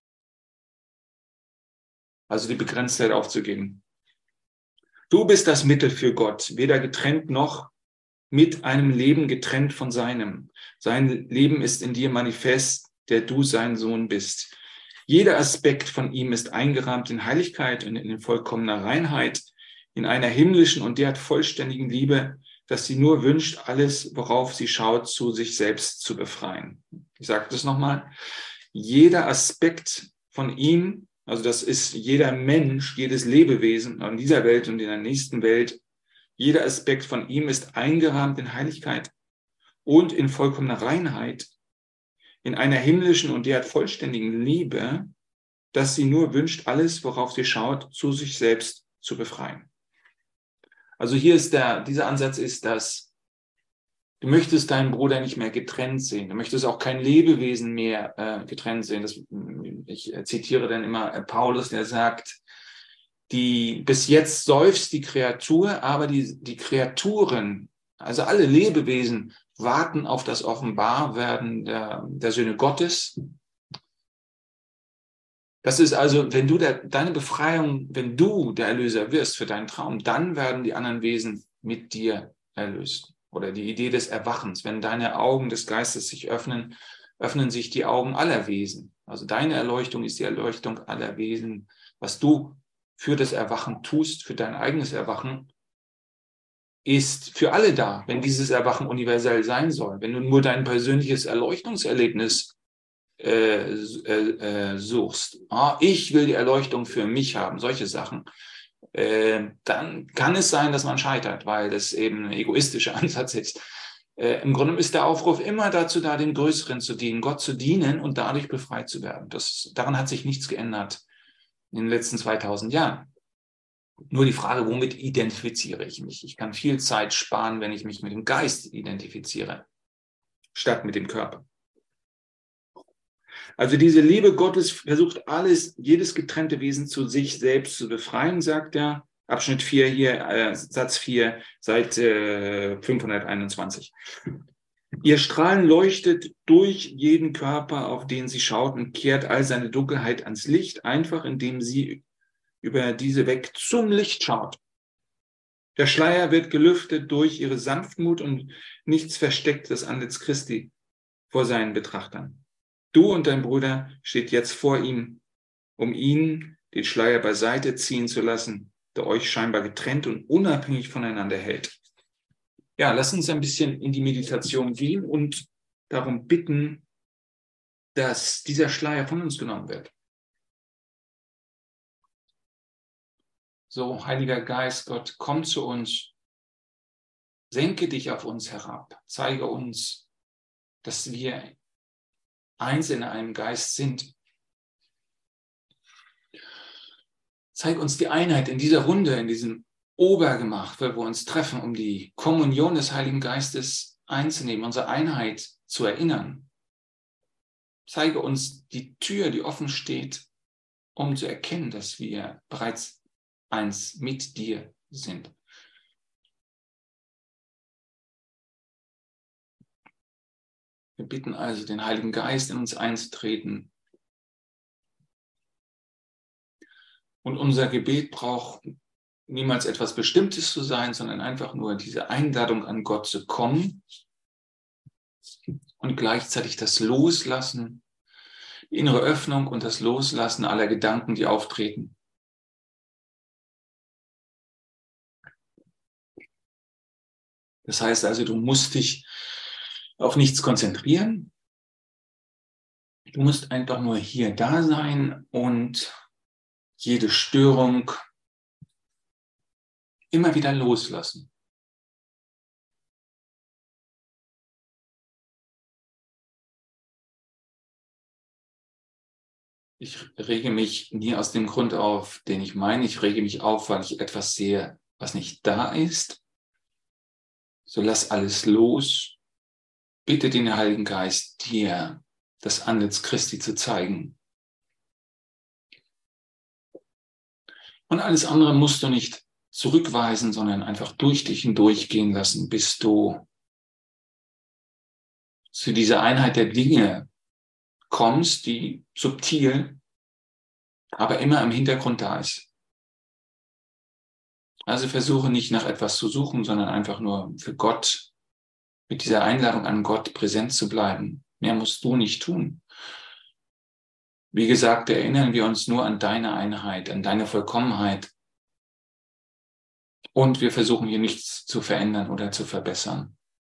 Also die Begrenztheit aufzugeben. Du bist das Mittel für Gott, weder getrennt noch mit einem Leben getrennt von seinem. Sein Leben ist in dir manifest, der du sein Sohn bist. Jeder Aspekt von ihm ist eingerahmt in Heiligkeit und in vollkommener Reinheit, in einer himmlischen und derart vollständigen Liebe, dass sie nur wünscht, alles, worauf sie schaut, zu sich selbst zu befreien. Ich sage das nochmal. Jeder Aspekt von ihm, also das ist jeder Mensch, jedes Lebewesen in dieser Welt und in der nächsten Welt, jeder Aspekt von ihm ist eingerahmt in Heiligkeit und in vollkommener Reinheit, in einer himmlischen und derart vollständigen Liebe, dass sie nur wünscht, alles, worauf sie schaut, zu sich selbst zu befreien. Also hier ist dieser Ansatz ist, dass du möchtest deinen Bruder nicht mehr getrennt sehen. Du möchtest auch kein Lebewesen mehr getrennt sehen. Ich zitiere dann immer Paulus, der sagt, bis jetzt seufzt die Kreatur, aber die Kreaturen, also alle Lebewesen, warten auf das Offenbarwerden der Söhne Gottes. Das ist also, wenn du deine Befreiung, wenn du der Erlöser wirst für deinen Traum, dann werden die anderen Wesen mit dir erlöst. Oder die Idee des Erwachens. Wenn deine Augen des Geistes sich öffnen, öffnen sich die Augen aller Wesen. Also deine Erleuchtung ist die Erleuchtung aller Wesen. Was du für das Erwachen tust, für dein eigenes Erwachen, ist für alle da, wenn dieses Erwachen universell sein soll. Wenn du nur dein persönliches Erleuchtungserlebnis suchst. Ich will die Erleuchtung für mich haben, solche Sachen. dann kann es sein, dass man scheitert, weil das eben ein egoistischer Ansatz ist. Im Grunde ist der Aufruf immer dazu da, dem Größeren zu dienen, Gott zu dienen und dadurch befreit zu werden. Daran hat sich nichts geändert in den letzten 2000 Jahren. Nur die Frage, womit identifiziere ich mich? Ich kann viel Zeit sparen, wenn ich mich mit dem Geist identifiziere, statt mit dem Körper. Also diese Liebe Gottes versucht jedes getrennte Wesen zu sich selbst zu befreien, sagt er. Abschnitt 4 hier, Satz 4, Seite 521. Ihr Strahlen leuchtet durch jeden Körper, auf den sie schaut, und kehrt all seine Dunkelheit ans Licht, einfach indem sie über diese weg zum Licht schaut. Der Schleier wird gelüftet durch ihre Sanftmut und nichts versteckt das Antlitz Christi vor seinen Betrachtern. Du und dein Bruder steht jetzt vor ihm, um ihn den Schleier beiseite ziehen zu lassen, der euch scheinbar getrennt und unabhängig voneinander hält. Ja, lass uns ein bisschen in die Meditation gehen und darum bitten, dass dieser Schleier von uns genommen wird. So, Heiliger Geist, Gott, komm zu uns, senke dich auf uns herab, zeige uns, dass wir eins in einem Geist sind. Zeig uns die Einheit in dieser Runde, in diesem Obergemach, wo wir uns treffen, um die Kommunion des Heiligen Geistes einzunehmen, unsere Einheit zu erinnern. Zeige uns die Tür, die offen steht, um zu erkennen, dass wir bereits eins mit dir sind. Wir bitten also den Heiligen Geist, in uns einzutreten. Und unser Gebet braucht niemals etwas Bestimmtes zu sein, sondern einfach nur diese Einladung an Gott zu kommen und gleichzeitig das Loslassen, die innere Öffnung und das Loslassen aller Gedanken, die auftreten. Das heißt also, du musst dich auf nichts konzentrieren. Du musst einfach nur hier da sein und jede Störung immer wieder loslassen. Ich rege mich nie aus dem Grund auf, den ich meine. Ich rege mich auf, weil ich etwas sehe, was nicht da ist. So lass alles los. Bitte den Heiligen Geist, dir das Antlitz Christi zu zeigen. Und alles andere musst du nicht zurückweisen, sondern einfach durch dich hindurchgehen lassen, bis du zu dieser Einheit der Dinge kommst, die subtil, aber immer im Hintergrund da ist. Also versuche nicht nach etwas zu suchen, sondern einfach nur für Gott, mit dieser Einladung an Gott präsent zu bleiben. Mehr musst du nicht tun. Wie gesagt, erinnern wir uns nur an deine Einheit, an deine Vollkommenheit. Und wir versuchen hier nichts zu verändern oder zu verbessern.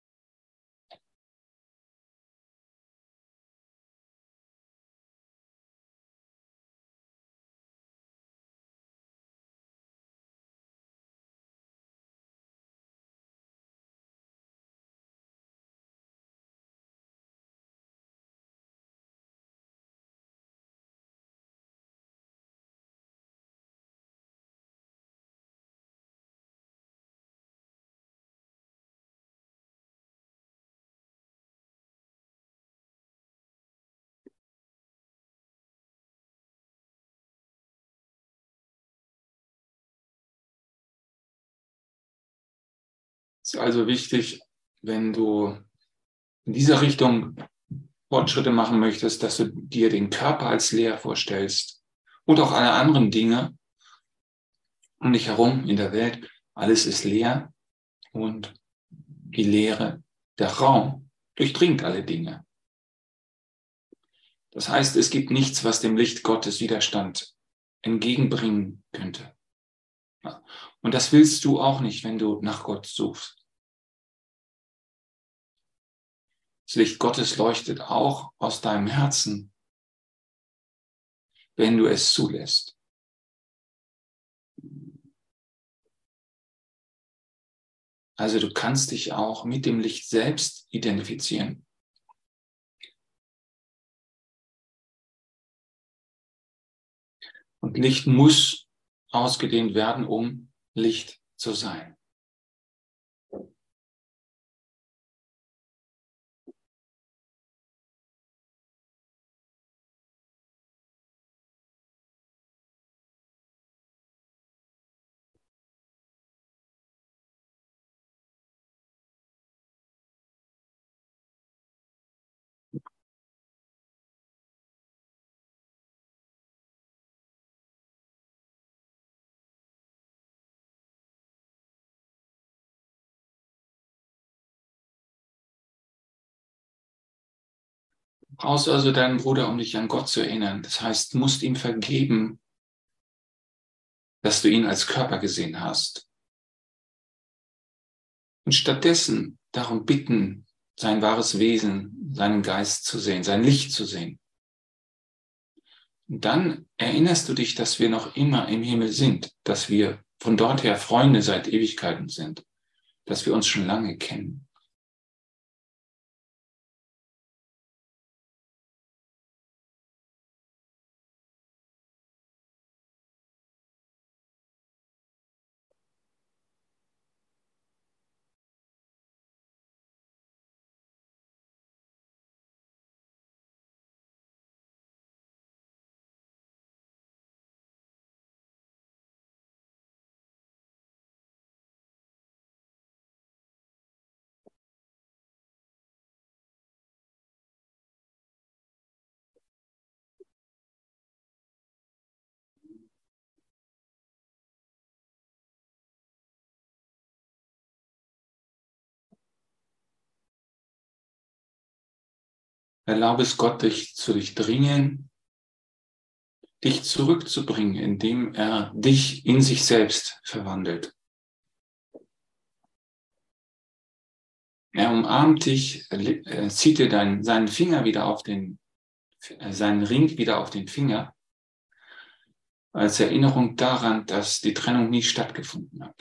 Es ist also wichtig, wenn du in dieser Richtung Fortschritte machen möchtest, dass du dir den Körper als leer vorstellst und auch alle anderen Dinge um dich herum in der Welt. Alles ist leer und die Leere, der Raum, durchdringt alle Dinge. Das heißt, es gibt nichts, was dem Licht Gottes Widerstand entgegenbringen könnte. Und das willst du auch nicht, wenn du nach Gott suchst. Das Licht Gottes leuchtet auch aus deinem Herzen, wenn du es zulässt. Also du kannst dich auch mit dem Licht selbst identifizieren. Und Licht muss ausgedehnt werden, um Licht zu sein. Du brauchst also deinen Bruder, um dich an Gott zu erinnern. Das heißt, du musst ihm vergeben, dass du ihn als Körper gesehen hast. Und stattdessen darum bitten, sein wahres Wesen, seinen Geist zu sehen, sein Licht zu sehen. Und dann erinnerst du dich, dass wir noch immer im Himmel sind, dass wir von dort her Freunde seit Ewigkeiten sind, dass wir uns schon lange kennen. Erlaube es Gott, dich zu durchdringen, dich zurückzubringen, indem er dich in sich selbst verwandelt. Er umarmt dich, zieht dir seinen Finger wieder auf seinen Ring wieder auf den Finger, als Erinnerung daran, dass die Trennung nie stattgefunden hat.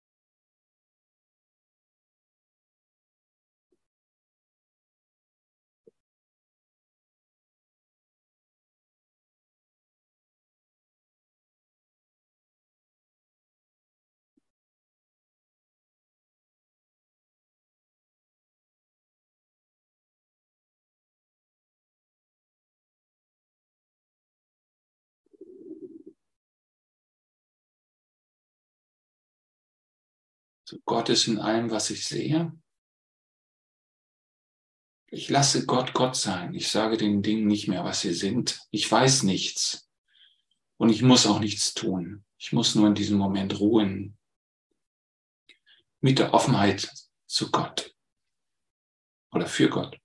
So, Gott ist in allem, was ich sehe. Ich lasse Gott Gott sein. Ich sage den Dingen nicht mehr, was sie sind. Ich weiß nichts. Und ich muss auch nichts tun. Ich muss nur in diesem Moment ruhen. Mit der Offenheit zu Gott. Oder für Gott.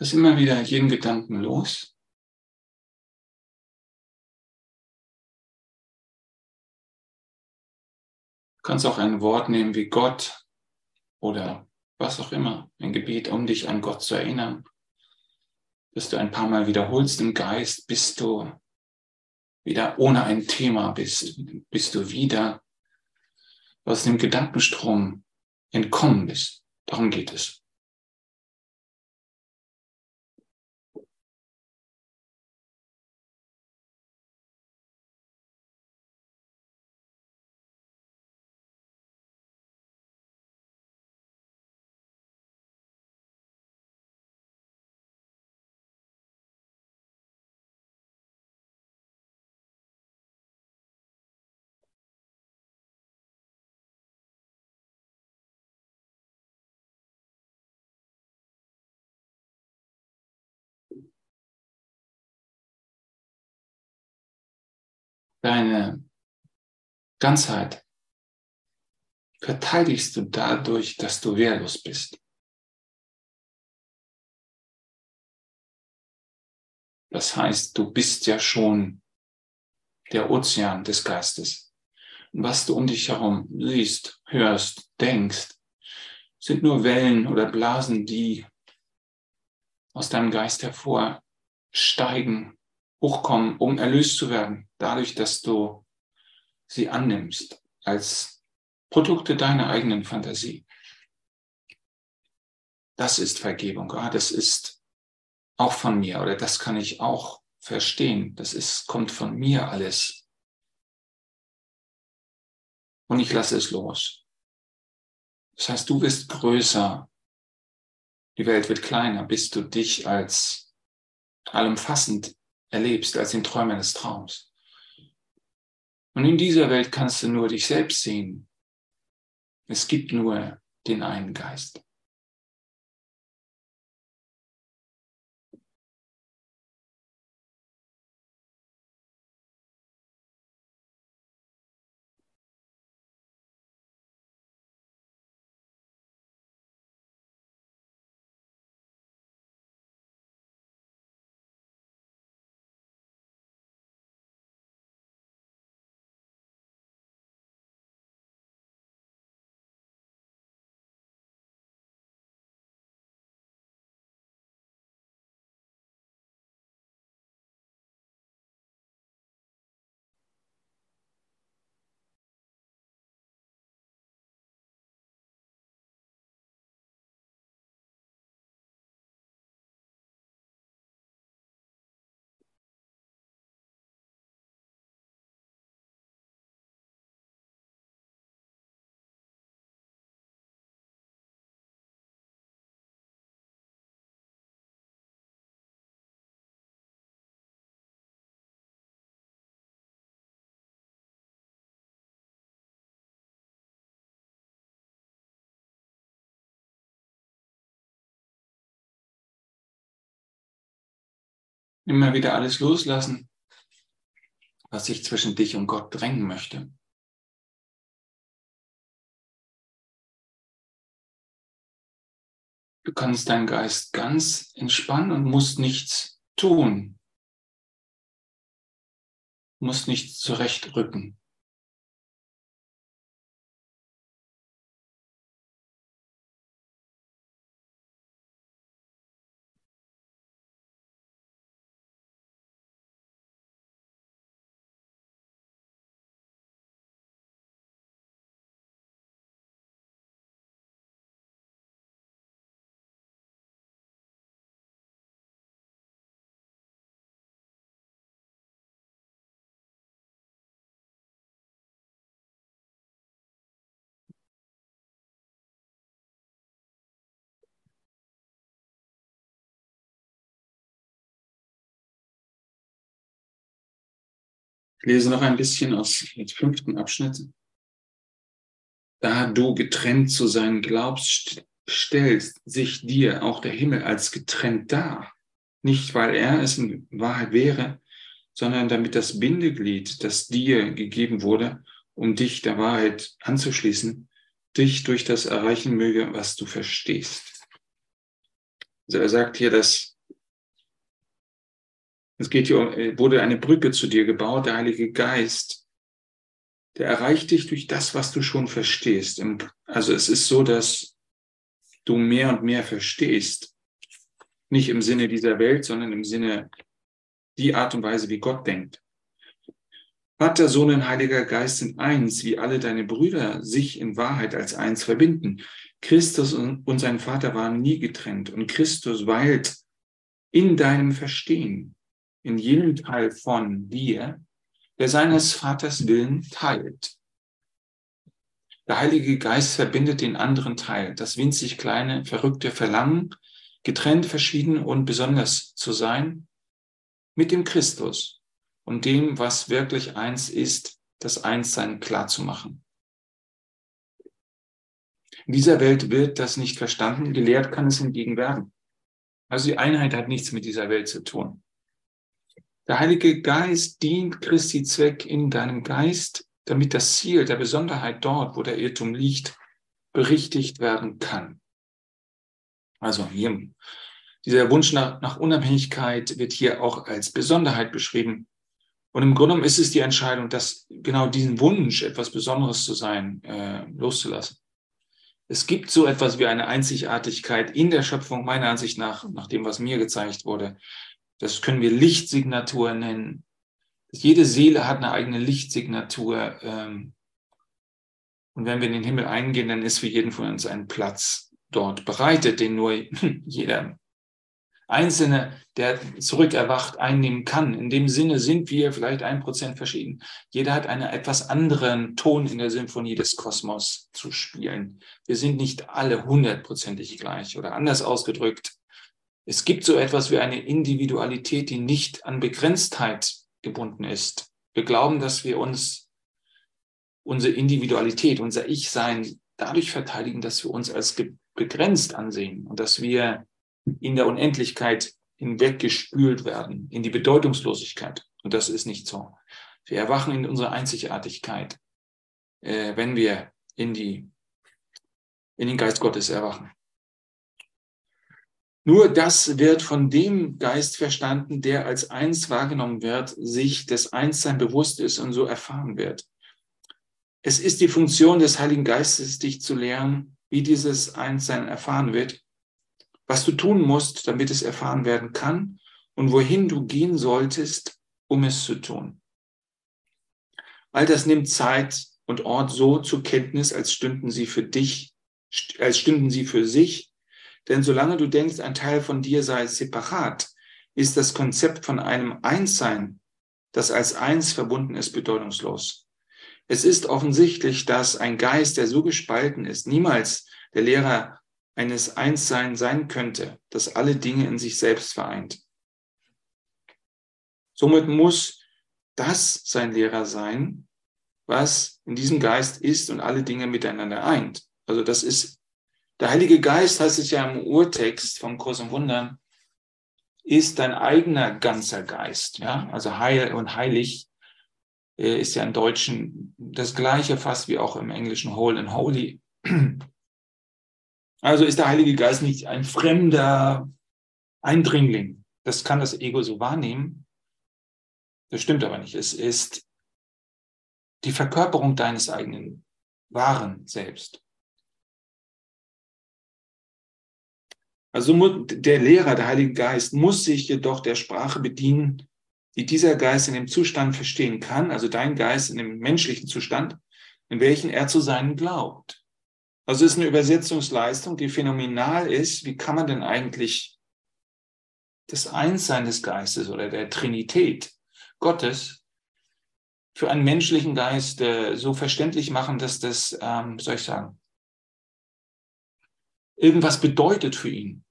Lass immer wieder jeden Gedanken los. Du kannst auch ein Wort nehmen wie Gott oder was auch immer, ein Gebet, um dich an Gott zu erinnern. Dass du ein paar Mal wiederholst im Geist, bis du wieder ohne ein Thema bist, bis du wieder aus dem Gedankenstrom entkommen bist. Darum geht es. Deine Ganzheit verteidigst du dadurch, dass du wehrlos bist. Das heißt, du bist ja schon der Ozean des Geistes. Und was du um dich herum siehst, hörst, denkst, sind nur Wellen oder Blasen, die aus deinem Geist hervorsteigen, hochkommen, um erlöst zu werden, dadurch, dass du sie annimmst als Produkte deiner eigenen Fantasie. Das ist Vergebung. Das ist auch von mir oder das kann ich auch verstehen. Kommt von mir alles. Und ich lasse es los. Das heißt, du wirst größer. Die Welt wird kleiner, bis du dich als allumfassend erlebst, als den Träumer des Traums. Und in dieser Welt kannst du nur dich selbst sehen. Es gibt nur den einen Geist. Immer wieder alles loslassen, was sich zwischen dich und Gott drängen möchte. Du kannst deinen Geist ganz entspannen und musst nichts tun, musst nichts zurechtrücken. Ich lese noch ein bisschen aus dem 5. Abschnitt. Da du getrennt zu sein glaubst, stellst sich dir auch der Himmel als getrennt dar. Nicht, weil er es in Wahrheit wäre, sondern damit das Bindeglied, das dir gegeben wurde, um dich der Wahrheit anzuschließen, dich durch das erreichen möge, was du verstehst. Also er sagt hier, dass Es geht hier, wurde eine Brücke zu dir gebaut, der Heilige Geist, der erreicht dich durch das, was du schon verstehst. Also es ist so, dass du mehr und mehr verstehst. Nicht im Sinne dieser Welt, sondern im Sinne die Art und Weise, wie Gott denkt. Vater, Sohn und Heiliger Geist sind eins, wie alle deine Brüder sich in Wahrheit als eins verbinden. Christus und sein Vater waren nie getrennt und Christus weilt in deinem Verstehen, in jenem Teil von dir, der seines Vaters Willen teilt. Der Heilige Geist verbindet den anderen Teil, das winzig kleine, verrückte Verlangen, getrennt, verschieden und besonders zu sein, mit dem Christus und dem, was wirklich eins ist, das Einssein klarzumachen. In dieser Welt wird das nicht verstanden, gelehrt kann es hingegen werden. Also die Einheit hat nichts mit dieser Welt zu tun. Der Heilige Geist dient Christi Zweck in deinem Geist, damit das Ziel der Besonderheit dort, wo der Irrtum liegt, berichtigt werden kann. Also hier, dieser Wunsch nach Unabhängigkeit wird hier auch als Besonderheit beschrieben. Und im Grunde genommen ist es die Entscheidung, dass genau diesen Wunsch, etwas Besonderes zu sein, loszulassen. Es gibt so etwas wie eine Einzigartigkeit in der Schöpfung, meiner Ansicht nach dem, was mir gezeigt wurde. Das können wir Lichtsignatur nennen. Jede Seele hat eine eigene Lichtsignatur. Und wenn wir in den Himmel eingehen, dann ist für jeden von uns ein Platz dort bereitet, den nur jeder Einzelne, der zurückerwacht, einnehmen kann. In dem Sinne sind wir vielleicht 1% verschieden. Jeder hat einen etwas anderen Ton in der Symphonie des Kosmos zu spielen. Wir sind nicht alle 100%ig gleich oder anders ausgedrückt. Es gibt so etwas wie eine Individualität, die nicht an Begrenztheit gebunden ist. Wir glauben, dass wir uns unsere Individualität, unser Ich-Sein dadurch verteidigen, dass wir uns als begrenzt ansehen und dass wir in der Unendlichkeit hinweggespült werden, in die Bedeutungslosigkeit. Und das ist nicht so. Wir erwachen in unserer Einzigartigkeit, wenn wir in den Geist Gottes erwachen. Nur das wird von dem Geist verstanden, der als eins wahrgenommen wird, sich des Einssein bewusst ist und so erfahren wird. Es ist die Funktion des Heiligen Geistes, dich zu lehren, wie dieses Einssein erfahren wird, was du tun musst, damit es erfahren werden kann und wohin du gehen solltest, um es zu tun. All das nimmt Zeit und Ort so zur Kenntnis, als stünden sie für sich, denn solange du denkst, ein Teil von dir sei separat, ist das Konzept von einem Einssein, das als eins verbunden ist, bedeutungslos. Es ist offensichtlich, dass ein Geist, der so gespalten ist, niemals der Lehrer eines Einssein sein könnte, das alle Dinge in sich selbst vereint. Somit muss das sein Lehrer sein, was in diesem Geist ist und alle Dinge miteinander eint. Also das ist, der Heilige Geist, heißt es ja im Urtext vom Kurs im Wundern, ist dein eigener ganzer Geist. Ja? Also heil und heilig ist ja im Deutschen das Gleiche fast wie auch im Englischen whole and holy. Also ist der Heilige Geist nicht ein fremder Eindringling. Das kann das Ego so wahrnehmen. Das stimmt aber nicht. Es ist die Verkörperung deines eigenen wahren Selbst. Also der Lehrer, der Heilige Geist, muss sich jedoch der Sprache bedienen, die dieser Geist in dem Zustand verstehen kann, also dein Geist in dem menschlichen Zustand, in welchen er zu sein glaubt. Also es ist eine Übersetzungsleistung, die phänomenal ist. Wie kann man denn eigentlich das Einssein des Geistes oder der Trinität Gottes für einen menschlichen Geist so verständlich machen, dass das, wie soll ich sagen, irgendwas bedeutet für ihn?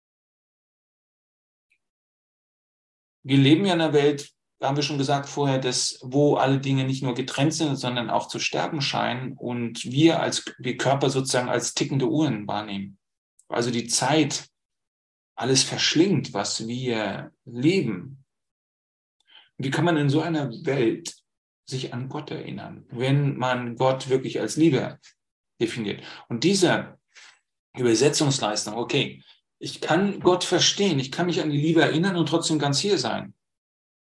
Wir leben ja in einer Welt, da haben wir schon gesagt vorher, wo alle Dinge nicht nur getrennt sind, sondern auch zu sterben scheinen und wir Körper sozusagen als tickende Uhren wahrnehmen. Also die Zeit alles verschlingt, was wir leben. Wie kann man in so einer Welt sich an Gott erinnern, wenn man Gott wirklich als Liebe definiert? Und diese Übersetzungsleistung, okay, ich kann Gott verstehen, ich kann mich an die Liebe erinnern und trotzdem ganz hier sein.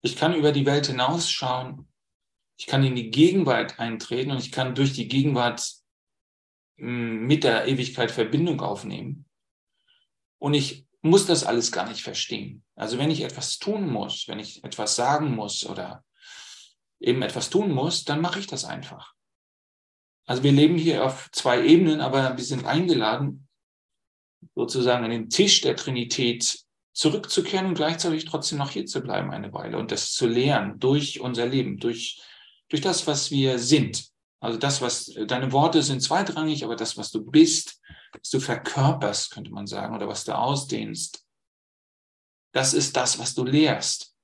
Ich kann über die Welt hinausschauen. Ich kann in die Gegenwart eintreten und ich kann durch die Gegenwart mit der Ewigkeit Verbindung aufnehmen. Und ich muss das alles gar nicht verstehen. Also wenn ich etwas tun muss, wenn ich etwas sagen muss oder eben etwas tun muss, dann mache ich das einfach. Also wir leben hier auf 2 Ebenen, aber wir sind eingeladen, sozusagen an den Tisch der Trinität zurückzukehren und gleichzeitig trotzdem noch hier zu bleiben eine Weile und das zu lernen durch unser Leben, durch das, was wir sind. Also das, was deine Worte sind zweitrangig, aber das, was du bist, was du verkörperst, könnte man sagen, oder was du ausdehnst, das ist das, was du lehrst.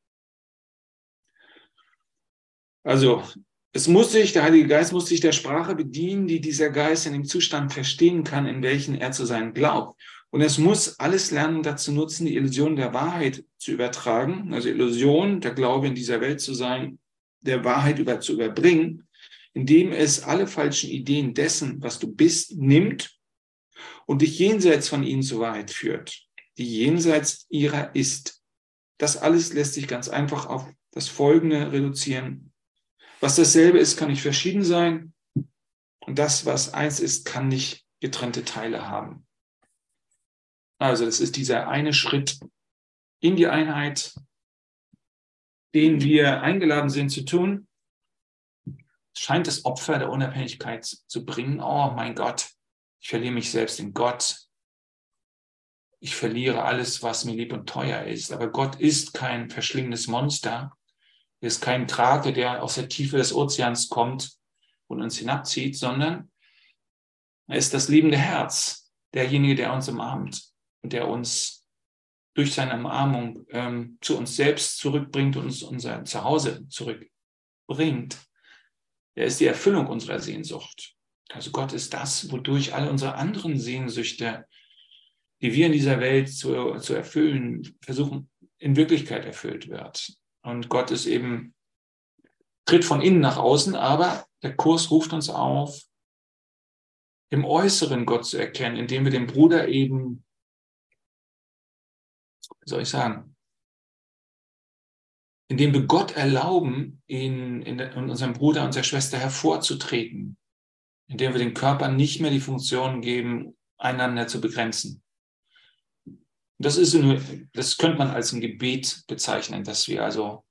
Also der Heilige Geist muss sich der Sprache bedienen, die dieser Geist in dem Zustand verstehen kann, in welchen er zu sein glaubt. Und es muss alles lernen, dazu nutzen, die Illusion der Wahrheit zu übertragen, also Illusion, der Glaube in dieser Welt zu sein, der Wahrheit zu überbringen, indem es alle falschen Ideen dessen, was du bist, nimmt und dich jenseits von ihnen zur Wahrheit führt, die jenseits ihrer ist. Das alles lässt sich ganz einfach auf das Folgende reduzieren. Was dasselbe ist, kann nicht verschieden sein und das, was eins ist, kann nicht getrennte Teile haben. Also das ist dieser eine Schritt in die Einheit, den wir eingeladen sind zu tun. Es scheint das Opfer der Unabhängigkeit zu bringen. Oh mein Gott, ich verliere mich selbst in Gott. Ich verliere alles, was mir lieb und teuer ist. Aber Gott ist kein verschlingendes Monster. Er ist kein Krake, der aus der Tiefe des Ozeans kommt und uns hinabzieht, sondern er ist das liebende Herz, derjenige, der uns umarmt und der uns durch seine Umarmung zu uns selbst zurückbringt und uns unser Zuhause zurückbringt. Er ist die Erfüllung unserer Sehnsucht. Also Gott ist das, wodurch alle unsere anderen Sehnsüchte, die wir in dieser Welt zu erfüllen, versuchen, in Wirklichkeit erfüllt wird. Und Gott ist eben, tritt von innen nach außen, aber der Kurs ruft uns auf, im Äußeren Gott zu erkennen, indem wir dem Bruder eben, wie soll ich sagen, indem wir Gott erlauben, in unserem Bruder, unserer Schwester hervorzutreten, indem wir dem Körper nicht mehr die Funktion geben, einander zu begrenzen. Das könnte man als ein Gebet bezeichnen, dass wir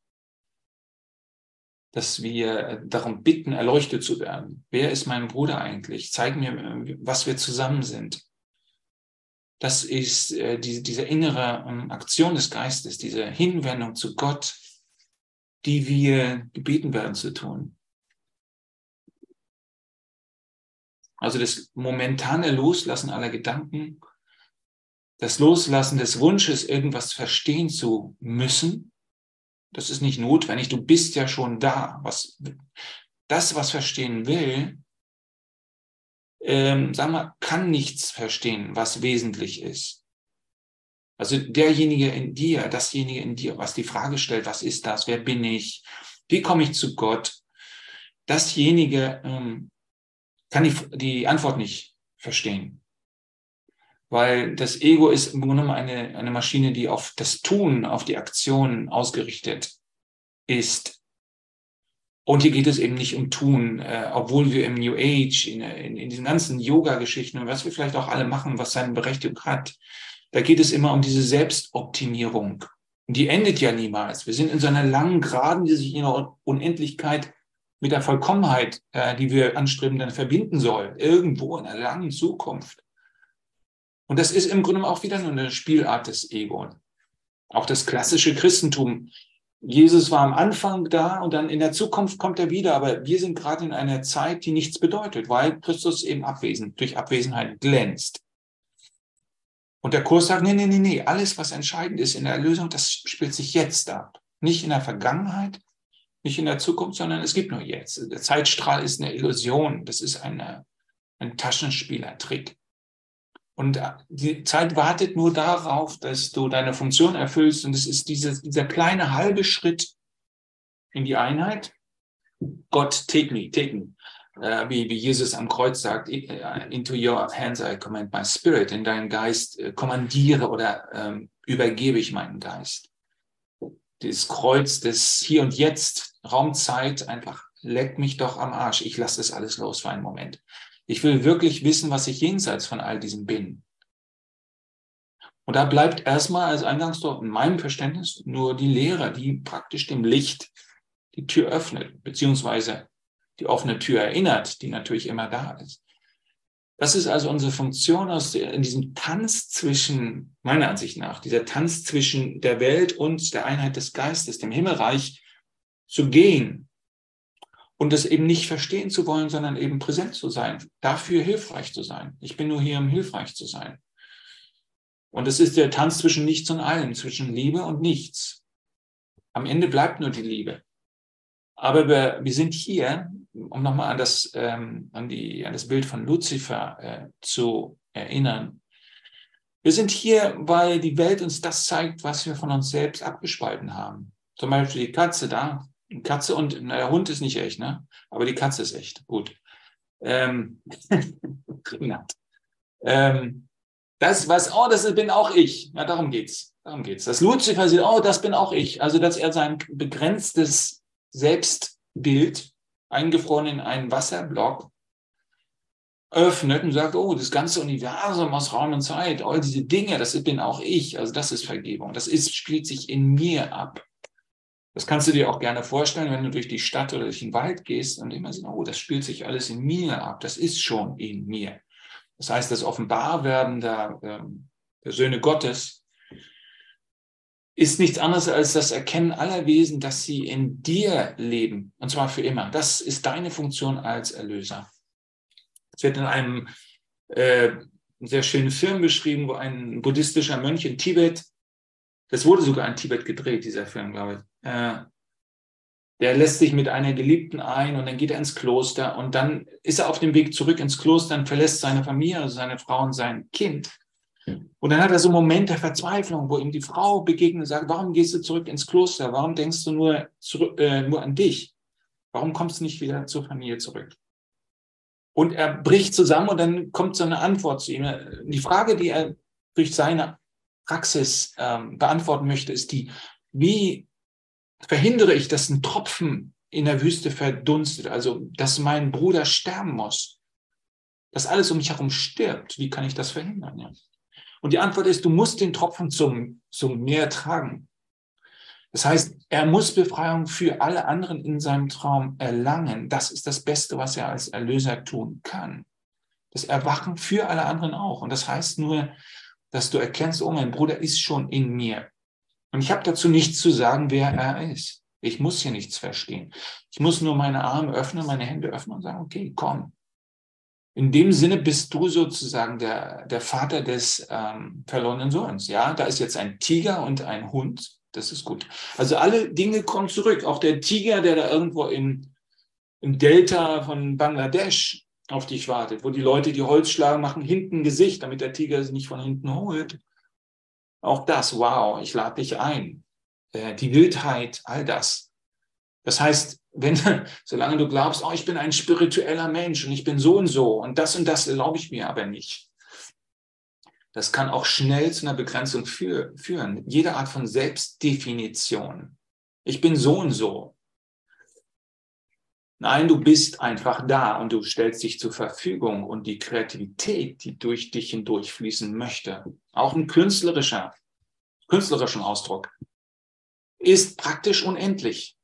darum bitten, erleuchtet zu werden. Wer ist mein Bruder eigentlich? Zeig mir, was wir zusammen sind. Das ist diese innere Aktion des Geistes, diese Hinwendung zu Gott, die wir gebeten werden zu tun. Also das momentane Loslassen aller Gedanken, das Loslassen des Wunsches, irgendwas verstehen zu müssen, das ist nicht notwendig. Du bist ja schon da. Was verstehen will, kann nichts verstehen, was wesentlich ist. Also derjenige in dir, dasjenige in dir, was die Frage stellt, was ist das, wer bin ich, wie komme ich zu Gott, dasjenige kann die Antwort nicht verstehen. Weil das Ego ist im Grunde genommen eine Maschine, die auf das Tun, auf die Aktion ausgerichtet ist. Und hier geht es eben nicht um Tun, obwohl wir im New Age, in diesen ganzen Yoga-Geschichten und was wir vielleicht auch alle machen, was seine Berechtigung hat, da geht es immer um diese Selbstoptimierung. Und die endet ja niemals. Wir sind in so einer langen Geraden, die sich in der Unendlichkeit mit der Vollkommenheit, die wir anstreben, dann verbinden soll. Irgendwo in einer langen Zukunft. Und das ist im Grunde auch wieder nur eine Spielart des Ego. Auch das klassische Christentum. Jesus war am Anfang da und dann in der Zukunft kommt er wieder. Aber wir sind gerade in einer Zeit, die nichts bedeutet, weil Christus eben durch Abwesenheit glänzt. Und der Kurs sagt, nee, alles, was entscheidend ist in der Erlösung, das spielt sich jetzt ab. Nicht in der Vergangenheit, nicht in der Zukunft, sondern es gibt nur jetzt. Der Zeitstrahl ist eine Illusion, das ist ein Taschenspielertrick. Und die Zeit wartet nur darauf, dass du deine Funktion erfüllst. Und es ist dieser kleine halbe Schritt in die Einheit. Gott, take me. Wie Jesus am Kreuz sagt, into your hands I command my spirit. In deinen Geist kommandiere oder übergebe ich meinen Geist. das Kreuz des Hier und Jetzt, Raumzeit, einfach leck mich doch am Arsch. Ich lasse das alles los für einen Moment. Ich will wirklich wissen, was ich jenseits von all diesem bin. Und da bleibt erstmal als Eingangstor in meinem Verständnis nur die Leere, die praktisch dem Licht die Tür öffnet, beziehungsweise die offene Tür erinnert, die natürlich immer da ist. Das ist also unsere Funktion in diesem Tanz zwischen, meiner Ansicht nach, dieser Tanz zwischen der Welt und der Einheit des Geistes, dem Himmelreich, zu gehen und es eben nicht verstehen zu wollen, sondern eben präsent zu sein, dafür hilfreich zu sein. Ich bin nur hier, um hilfreich zu sein. Und es ist der Tanz zwischen Nichts und Allem, zwischen Liebe und Nichts. Am Ende bleibt nur die Liebe. Aber wir sind hier, um nochmal an das Bild von Luzifer zu erinnern. Wir sind hier, weil die Welt uns das zeigt, was wir von uns selbst abgespalten haben. Zum Beispiel die Katze da. Die Katze und der Hund ist nicht echt, ne? Aber die Katze ist echt. Gut. Das, das bin auch ich. Ja, darum geht's. Das Luzifer sieht, das bin auch ich. Also, dass er sein begrenztes Selbstbild, eingefroren in einen Wasserblock, öffnet und sagt, das ganze Universum aus Raum und Zeit, all diese Dinge, das bin auch ich. Also das ist Vergebung. Spielt sich in mir ab. Das kannst du dir auch gerne vorstellen, wenn du durch die Stadt oder durch den Wald gehst und immer siehst, das spielt sich alles in mir ab. Das ist schon in mir. Das heißt, das Offenbarwerden der Söhne Gottes ist nichts anderes als das Erkennen aller Wesen, dass sie in dir leben, und zwar für immer. Das ist deine Funktion als Erlöser. Es wird in einem sehr schönen Film beschrieben, wo ein buddhistischer Mönch in Tibet, das wurde sogar in Tibet gedreht, dieser Film, glaube ich, der lässt sich mit einer Geliebten ein und dann geht er ins Kloster und dann ist er auf dem Weg zurück ins Kloster und verlässt seine Familie, also seine Frau und sein Kind. Und dann hat er so einen Moment der Verzweiflung, wo ihm die Frau begegnet und sagt, warum gehst du zurück ins Kloster? Warum denkst du nur an dich? Warum kommst du nicht wieder zur Familie zurück? Und er bricht zusammen und dann kommt so eine Antwort zu ihm. Die Frage, die er durch seine Praxis beantworten möchte, ist die, wie verhindere ich, dass ein Tropfen in der Wüste verdunstet, also dass mein Bruder sterben muss, dass alles um mich herum stirbt? Wie kann ich das verhindern? Ja. Und die Antwort ist, du musst den Tropfen zum Meer tragen. Das heißt, er muss Befreiung für alle anderen in seinem Traum erlangen. Das ist das Beste, was er als Erlöser tun kann. Das Erwachen für alle anderen auch. Und das heißt nur, dass du erkennst, mein Bruder ist schon in mir. Und ich habe dazu nichts zu sagen, wer er ist. Ich muss hier nichts verstehen. Ich muss nur meine Arme öffnen, meine Hände öffnen und sagen, okay, komm. In dem Sinne bist du sozusagen der Vater des verlorenen Sohns. Ja, da ist jetzt ein Tiger und ein Hund. Das ist gut. Also alle Dinge kommen zurück. Auch der Tiger, der da irgendwo im Delta von Bangladesch auf dich wartet, wo die Leute die Holzschlagen machen, hinten Gesicht, damit der Tiger sie nicht von hinten holt. Auch das, wow, ich lade dich ein. Die Wildheit, all das. Das heißt, solange du glaubst, ich bin ein spiritueller Mensch und ich bin so und das erlaube ich mir aber nicht. Das kann auch schnell zu einer Begrenzung führen. Jede Art von Selbstdefinition. Ich bin so und so. Nein, du bist einfach da und du stellst dich zur Verfügung und die Kreativität, die durch dich hindurchfließen möchte, auch ein künstlerischen Ausdruck, ist praktisch unendlich.